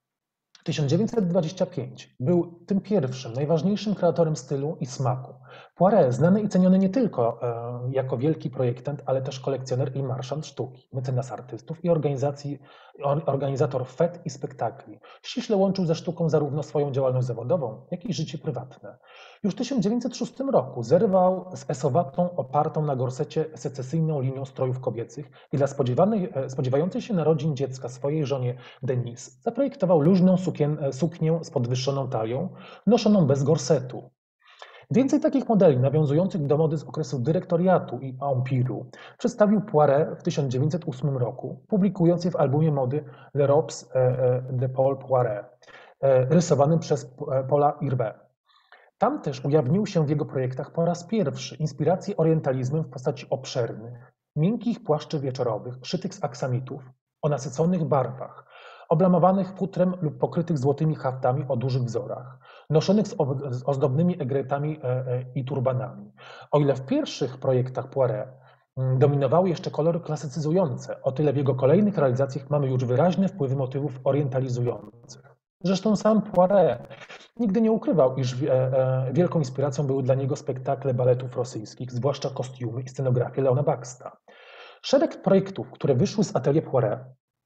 1908-1925 był tym pierwszym, najważniejszym kreatorem stylu i smaku. Poiret, znany i ceniony nie tylko jako wielki projektant, ale też kolekcjoner i marszant sztuki, mecenas artystów i organizator fet i spektakli. Ściśle łączył ze sztuką zarówno swoją działalność zawodową, jak i życie prywatne. Już w 1906 roku zerwał z esowatą, opartą na gorsecie secesyjną linią strojów kobiecych i dla spodziewającej się narodzin dziecka swojej żonie Denise zaprojektował luźną suknię z podwyższoną talią, noszoną bez gorsetu. Więcej takich modeli nawiązujących do mody z okresu dyrektoriatu i empiru przedstawił Poiret w 1908 roku, publikując je w albumie mody Les Robes de Paul Poiret, rysowanym przez Paula Irbet. Tam też ujawnił się w jego projektach po raz pierwszy inspiracje orientalizmem w postaci obszernych, miękkich płaszczy wieczorowych, szytych z aksamitów, o nasyconych barwach, oblamowanych futrem lub pokrytych złotymi haftami o dużych wzorach, noszonych z ozdobnymi egretami i turbanami. O ile w pierwszych projektach Poiret dominowały jeszcze kolory klasycyzujące, o tyle w jego kolejnych realizacjach mamy już wyraźne wpływy motywów orientalizujących. Zresztą sam Poiret nigdy nie ukrywał, iż wielką inspiracją były dla niego spektakle baletów rosyjskich, zwłaszcza kostiumy i scenografie Leona Baksta. Szereg projektów, które wyszły z atelier Poiret,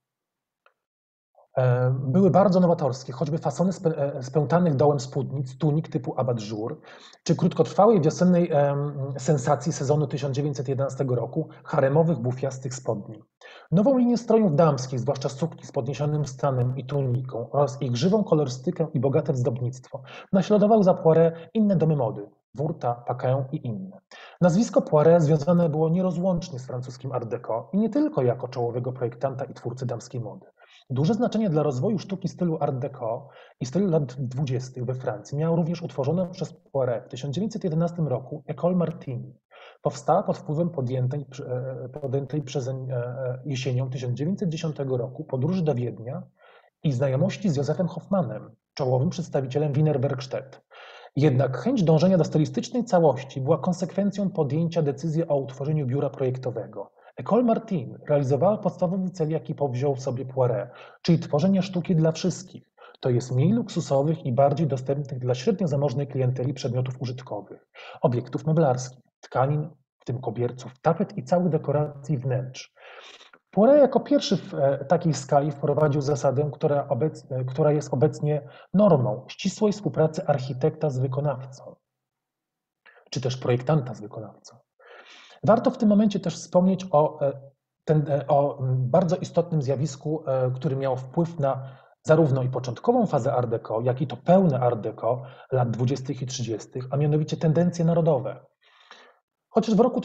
były bardzo nowatorskie, choćby fasony spętanych dołem spódnic, tunik typu abat-jour, czy krótkotrwałej wiosennej sensacji sezonu 1911 roku haremowych bufiastych spodni. Nową linię strojów damskich, zwłaszcza sukni z podniesionym stanem i tuniką oraz ich żywą kolorystykę i bogate wzdobnictwo naśladował za Poiret inne domy mody, Wurta, Paquin i inne. Nazwisko Poiret związane było nierozłącznie z francuskim Art Deco i nie tylko jako czołowego projektanta i twórcy damskiej mody. Duże znaczenie dla rozwoju sztuki stylu Art Deco i stylu lat 20. we Francji miała również utworzona przez Poiret w 1911 roku École Martini. Powstała pod wpływem podjętej jesienią 1910 roku podróży do Wiednia i znajomości z Józefem Hoffmannem, czołowym przedstawicielem Wiener Werkstatt. Jednak chęć dążenia do stylistycznej całości była konsekwencją podjęcia decyzji o utworzeniu biura projektowego. École Martini realizowała podstawowy cel, jaki powziął sobie Poiret, czyli tworzenie sztuki dla wszystkich, to jest mniej luksusowych i bardziej dostępnych dla średnio zamożnej klienteli przedmiotów użytkowych, obiektów meblarskich, tkanin, w tym kobierców, tapet i całych dekoracji wnętrz. Poiret jako pierwszy w takiej skali wprowadził zasadę, która jest obecnie normą ścisłej współpracy architekta z wykonawcą, czy też projektanta z wykonawcą. Warto w tym momencie też wspomnieć o bardzo istotnym zjawisku, który miał wpływ na zarówno i początkową fazę Art Deco, jak i to pełne Art Deco lat 20. i 30., a mianowicie tendencje narodowe. Chociaż w roku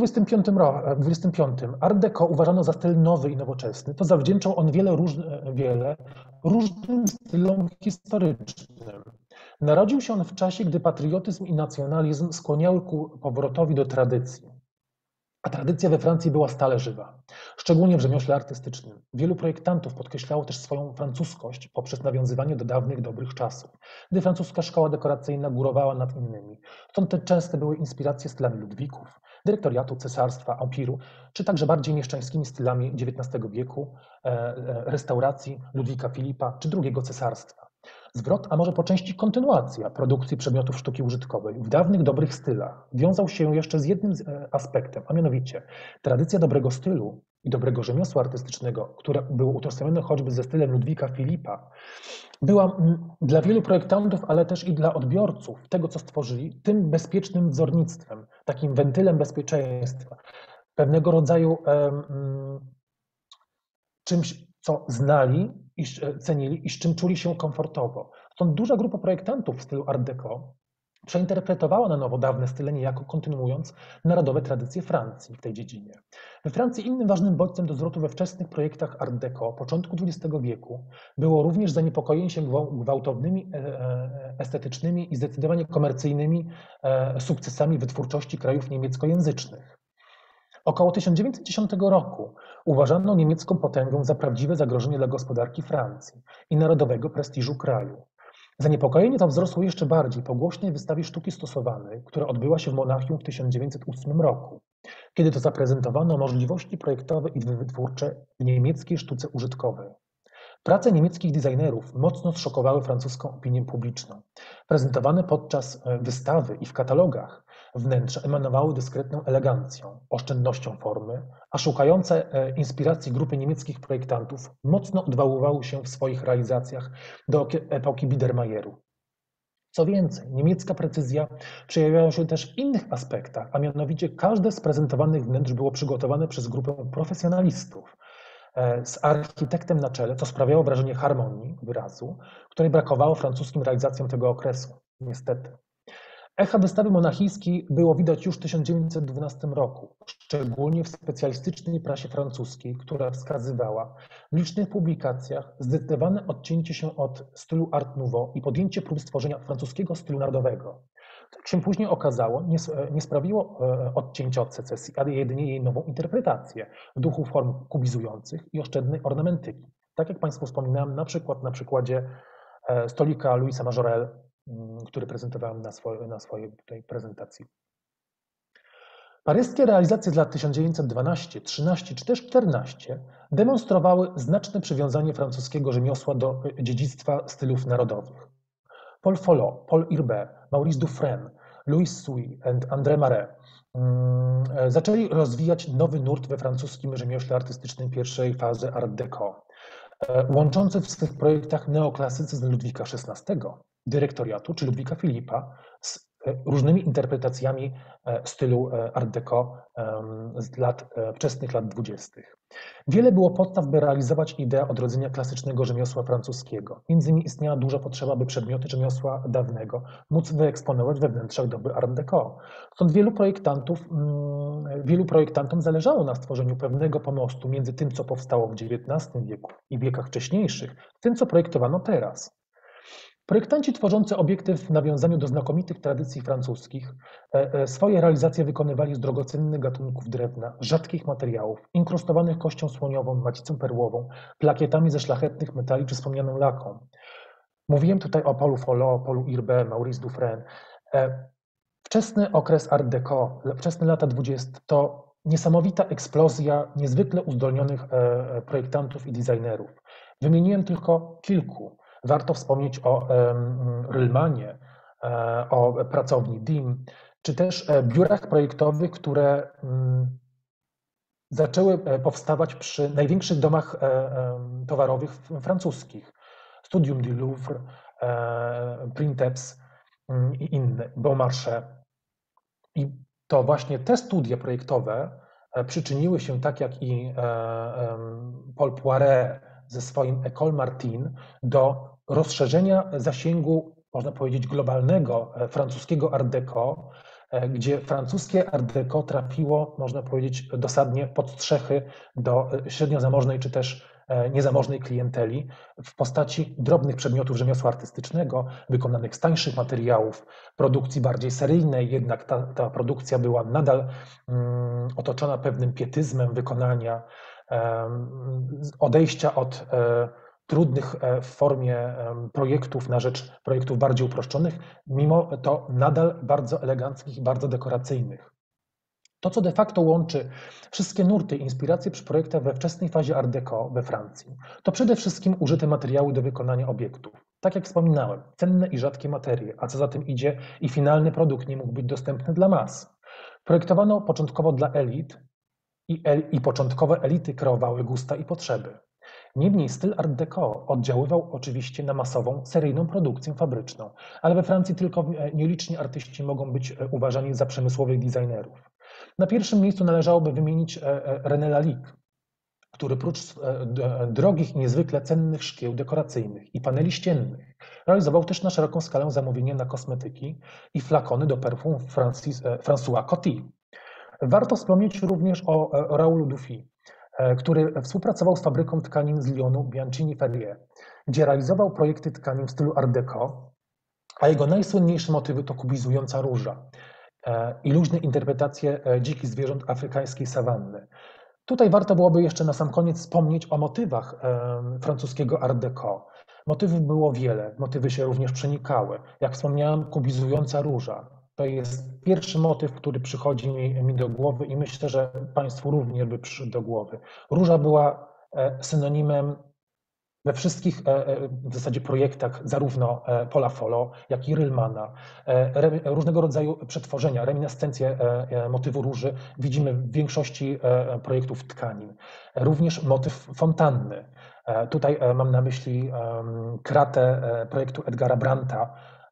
1925 Art Deco uważano za styl nowy i nowoczesny, to zawdzięczał on wiele różnym stylom historycznym. Narodził się on w czasie, gdy patriotyzm i nacjonalizm skłaniały ku powrotowi do tradycji. A tradycja we Francji była stale żywa, szczególnie w rzemiośle artystycznym. Wielu projektantów podkreślało też swoją francuskość poprzez nawiązywanie do dawnych, dobrych czasów, gdy francuska szkoła dekoracyjna górowała nad innymi. Stąd te częste były inspiracje stylami Ludwików, dyrektoriatu, cesarstwa, empiru, czy także bardziej mieszczańskimi stylami XIX wieku, restauracji Ludwika Filipa czy drugiego cesarstwa. Zwrot, a może po części kontynuacja produkcji przedmiotów sztuki użytkowej w dawnych, dobrych stylach wiązał się jeszcze z jednym aspektem, a mianowicie tradycja dobrego stylu i dobrego rzemiosła artystycznego, które było utożsamione choćby ze stylem Ludwika Filipa, była dla wielu projektantów, ale też i dla odbiorców tego, co stworzyli, tym bezpiecznym wzornictwem, takim wentylem bezpieczeństwa, pewnego rodzaju czymś, co znali i cenili i z czym czuli się komfortowo. Stąd duża grupa projektantów w stylu Art Deco przeinterpretowała na nowo dawne style, niejako kontynuując narodowe tradycje Francji w tej dziedzinie. We Francji innym ważnym bodźcem do zwrotu we wczesnych projektach Art Deco początku XX wieku było również zaniepokojenie się gwałtownymi, estetycznymi i zdecydowanie komercyjnymi sukcesami wytwórczości krajów niemieckojęzycznych. Około 1910 roku uważano niemiecką potęgę za prawdziwe zagrożenie dla gospodarki Francji i narodowego prestiżu kraju. Zaniepokojenie to wzrosło jeszcze bardziej po głośnej wystawie sztuki stosowanej, która odbyła się w Monachium w 1908 roku, kiedy to zaprezentowano możliwości projektowe i wytwórcze w niemieckiej sztuce użytkowej. Prace niemieckich designerów mocno zszokowały francuską opinię publiczną. Prezentowane podczas wystawy i w katalogach Wnętrza emanowały dyskretną elegancją, oszczędnością formy, a szukające inspiracji grupy niemieckich projektantów mocno odwoływały się w swoich realizacjach do epoki Biedermajeru. Co więcej, niemiecka precyzja przejawiała się też w innych aspektach, a mianowicie każde z prezentowanych wnętrz było przygotowane przez grupę profesjonalistów z architektem na czele, co sprawiało wrażenie harmonii, wyrazu, której brakowało francuskim realizacjom tego okresu, niestety. Echa wystawy monachijskiej było widać już w 1912 roku, szczególnie w specjalistycznej prasie francuskiej, która wskazywała w licznych publikacjach zdecydowane odcięcie się od stylu Art Nouveau i podjęcie prób stworzenia francuskiego stylu narodowego. Jak się później okazało, nie sprawiło odcięcia od secesji, ale jedynie jej nową interpretację w duchu form kubizujących i oszczędnej ornamentyki. Tak jak Państwu wspominałem, na przykładzie stolika Louisa Majorelle, który prezentowałem na swojej tutaj prezentacji. Paryskie realizacje z lat 1912, 13 czy też 14 demonstrowały znaczne przywiązanie francuskiego rzemiosła do dziedzictwa stylów narodowych. Paul Follot, Paul Irbert, Maurice Dufresne, Louis Souy i André Marais zaczęli rozwijać nowy nurt we francuskim rzemiośle artystycznym pierwszej fazy Art Deco, łączący w swych projektach neoklasycyzm Ludwika XVI, dyrektoriatu czy Ludwika Filipa z różnymi interpretacjami stylu Art Deco z wczesnych lat 20. Wiele było podstaw, by realizować ideę odrodzenia klasycznego rzemiosła francuskiego. Między innymi istniała duża potrzeba, by przedmioty rzemiosła dawnego móc wyeksponować we wnętrzach doby Art Deco. Stąd wielu projektantom zależało na stworzeniu pewnego pomostu między tym, co powstało w XIX wieku i wiekach wcześniejszych, tym, co projektowano teraz. Projektanci tworzący obiekty w nawiązaniu do znakomitych tradycji francuskich swoje realizacje wykonywali z drogocennych gatunków drewna, rzadkich materiałów, inkrustowanych kością słoniową, macicą perłową, plakietami ze szlachetnych metali czy wspomnianą laką. Mówiłem tutaj o Paulu Follot, Paulu Irbert, Maurice Dufresne. Wczesny okres Art Deco, wczesne lata 20 to niesamowita eksplozja niezwykle uzdolnionych projektantów i designerów. Wymieniłem tylko kilku. Warto wspomnieć o Rylmanie, o pracowni DIM, czy też biurach projektowych, które zaczęły powstawać przy największych domach towarowych francuskich. Studium du Louvre, Printemps i inne, Beaumarchais. I to właśnie te studia projektowe przyczyniły się, tak jak i Paul Poiret ze swoim École Martin, do rozszerzenia zasięgu, można powiedzieć, globalnego francuskiego Art Deco, gdzie francuskie Art Deco trafiło, można powiedzieć, dosadnie pod strzechy do średnio zamożnej czy też niezamożnej klienteli w postaci drobnych przedmiotów rzemiosła artystycznego, wykonanych z tańszych materiałów, produkcji bardziej seryjnej, jednak ta produkcja była nadal otoczona pewnym pietyzmem wykonania, odejścia od trudnych w formie projektów na rzecz projektów bardziej uproszczonych, mimo to nadal bardzo eleganckich i bardzo dekoracyjnych. To, co de facto łączy wszystkie nurty i inspiracje przy projektach we wczesnej fazie Art Deco we Francji, to przede wszystkim użyte materiały do wykonania obiektów. Tak jak wspominałem, cenne i rzadkie materie, a co za tym idzie, i finalny produkt nie mógł być dostępny dla mas. Projektowano początkowo dla elit i początkowe elity kreowały gusta i potrzeby. Niemniej styl Art Deco oddziaływał oczywiście na masową, seryjną produkcję fabryczną, ale we Francji tylko nieliczni artyści mogą być uważani za przemysłowych designerów. Na pierwszym miejscu należałoby wymienić René Lalique, który prócz drogich i niezwykle cennych szkieł dekoracyjnych i paneli ściennych realizował też na szeroką skalę zamówienia na kosmetyki i flakony do perfum François Coty. Warto wspomnieć również o Raoulu Dufy, który współpracował z fabryką tkanin z Lyonu Bianchini Ferrier, gdzie realizował projekty tkanin w stylu Art Deco, a jego najsłynniejsze motywy to kubizująca róża i luźne interpretacje dzikich zwierząt afrykańskiej sawanny. Tutaj warto byłoby jeszcze na sam koniec wspomnieć o motywach francuskiego Art Deco. Motywów było wiele, motywy się również przenikały. Jak wspomniałem, kubizująca róża. To jest pierwszy motyw, który przychodzi mi do głowy i myślę, że Państwu również by przyszedł do głowy. Róża była synonimem we wszystkich w zasadzie projektach zarówno Paula Follo, jak i Rylmana. Różnego rodzaju przetworzenia, reminiscencje motywu róży widzimy w większości projektów tkanin. Również motyw fontanny. Tutaj mam na myśli kratę projektu Edgara Brandta.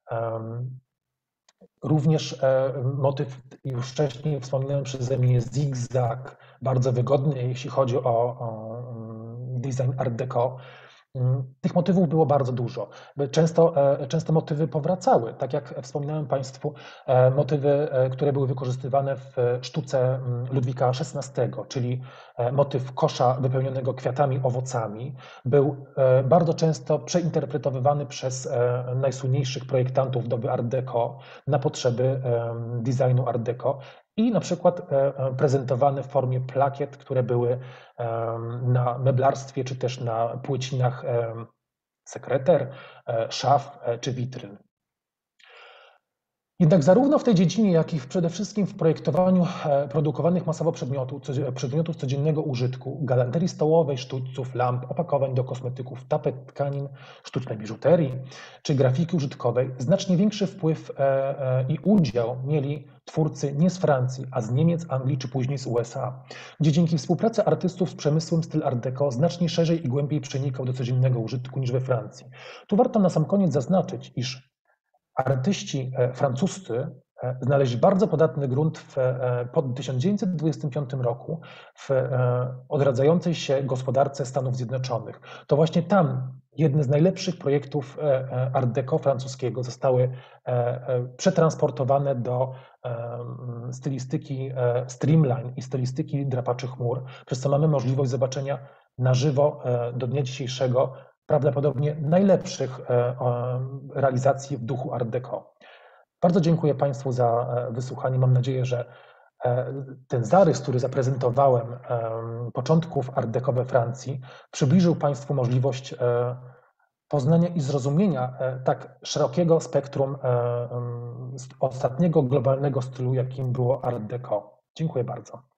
Również motyw już wcześniej wspomniany przeze mnie zigzag, bardzo wygodny, jeśli chodzi o design art deco. Tych motywów było bardzo dużo. Często motywy powracały, tak jak wspominałem Państwu, motywy, które były wykorzystywane w sztuce Ludwika XVI, czyli motyw kosza wypełnionego kwiatami, owocami, był bardzo często przeinterpretowywany przez najsłynniejszych projektantów doby Art Deco na potrzeby designu Art Deco i na przykład prezentowane w formie plakiet, które były na meblarstwie czy też na płycinach sekreter, szaf czy witryn. Jednak zarówno w tej dziedzinie, jak i przede wszystkim w projektowaniu produkowanych masowo przedmiotów codziennego użytku, galanterii stołowej, sztućców, lamp, opakowań do kosmetyków, tapet, tkanin, sztucznej biżuterii czy grafiki użytkowej, znacznie większy wpływ i udział mieli twórcy nie z Francji, a z Niemiec, Anglii czy później z USA, gdzie dzięki współpracy artystów z przemysłem styl Art Deco znacznie szerzej i głębiej przenikał do codziennego użytku niż we Francji. Tu warto na sam koniec zaznaczyć, iż artyści francuscy znaleźli bardzo podatny grunt po 1925 roku w odradzającej się gospodarce Stanów Zjednoczonych. To właśnie tam jedne z najlepszych projektów Art Deco francuskiego zostały przetransportowane do stylistyki streamline i stylistyki drapaczy chmur, przez co mamy możliwość zobaczenia na żywo do dnia dzisiejszego prawdopodobnie najlepszych realizacji w duchu Art Deco. Bardzo dziękuję Państwu za wysłuchanie. Mam nadzieję, że ten zarys, który zaprezentowałem początków Art Deco we Francji, przybliżył Państwu możliwość poznania i zrozumienia tak szerokiego spektrum ostatniego globalnego stylu, jakim było Art Deco. Dziękuję bardzo.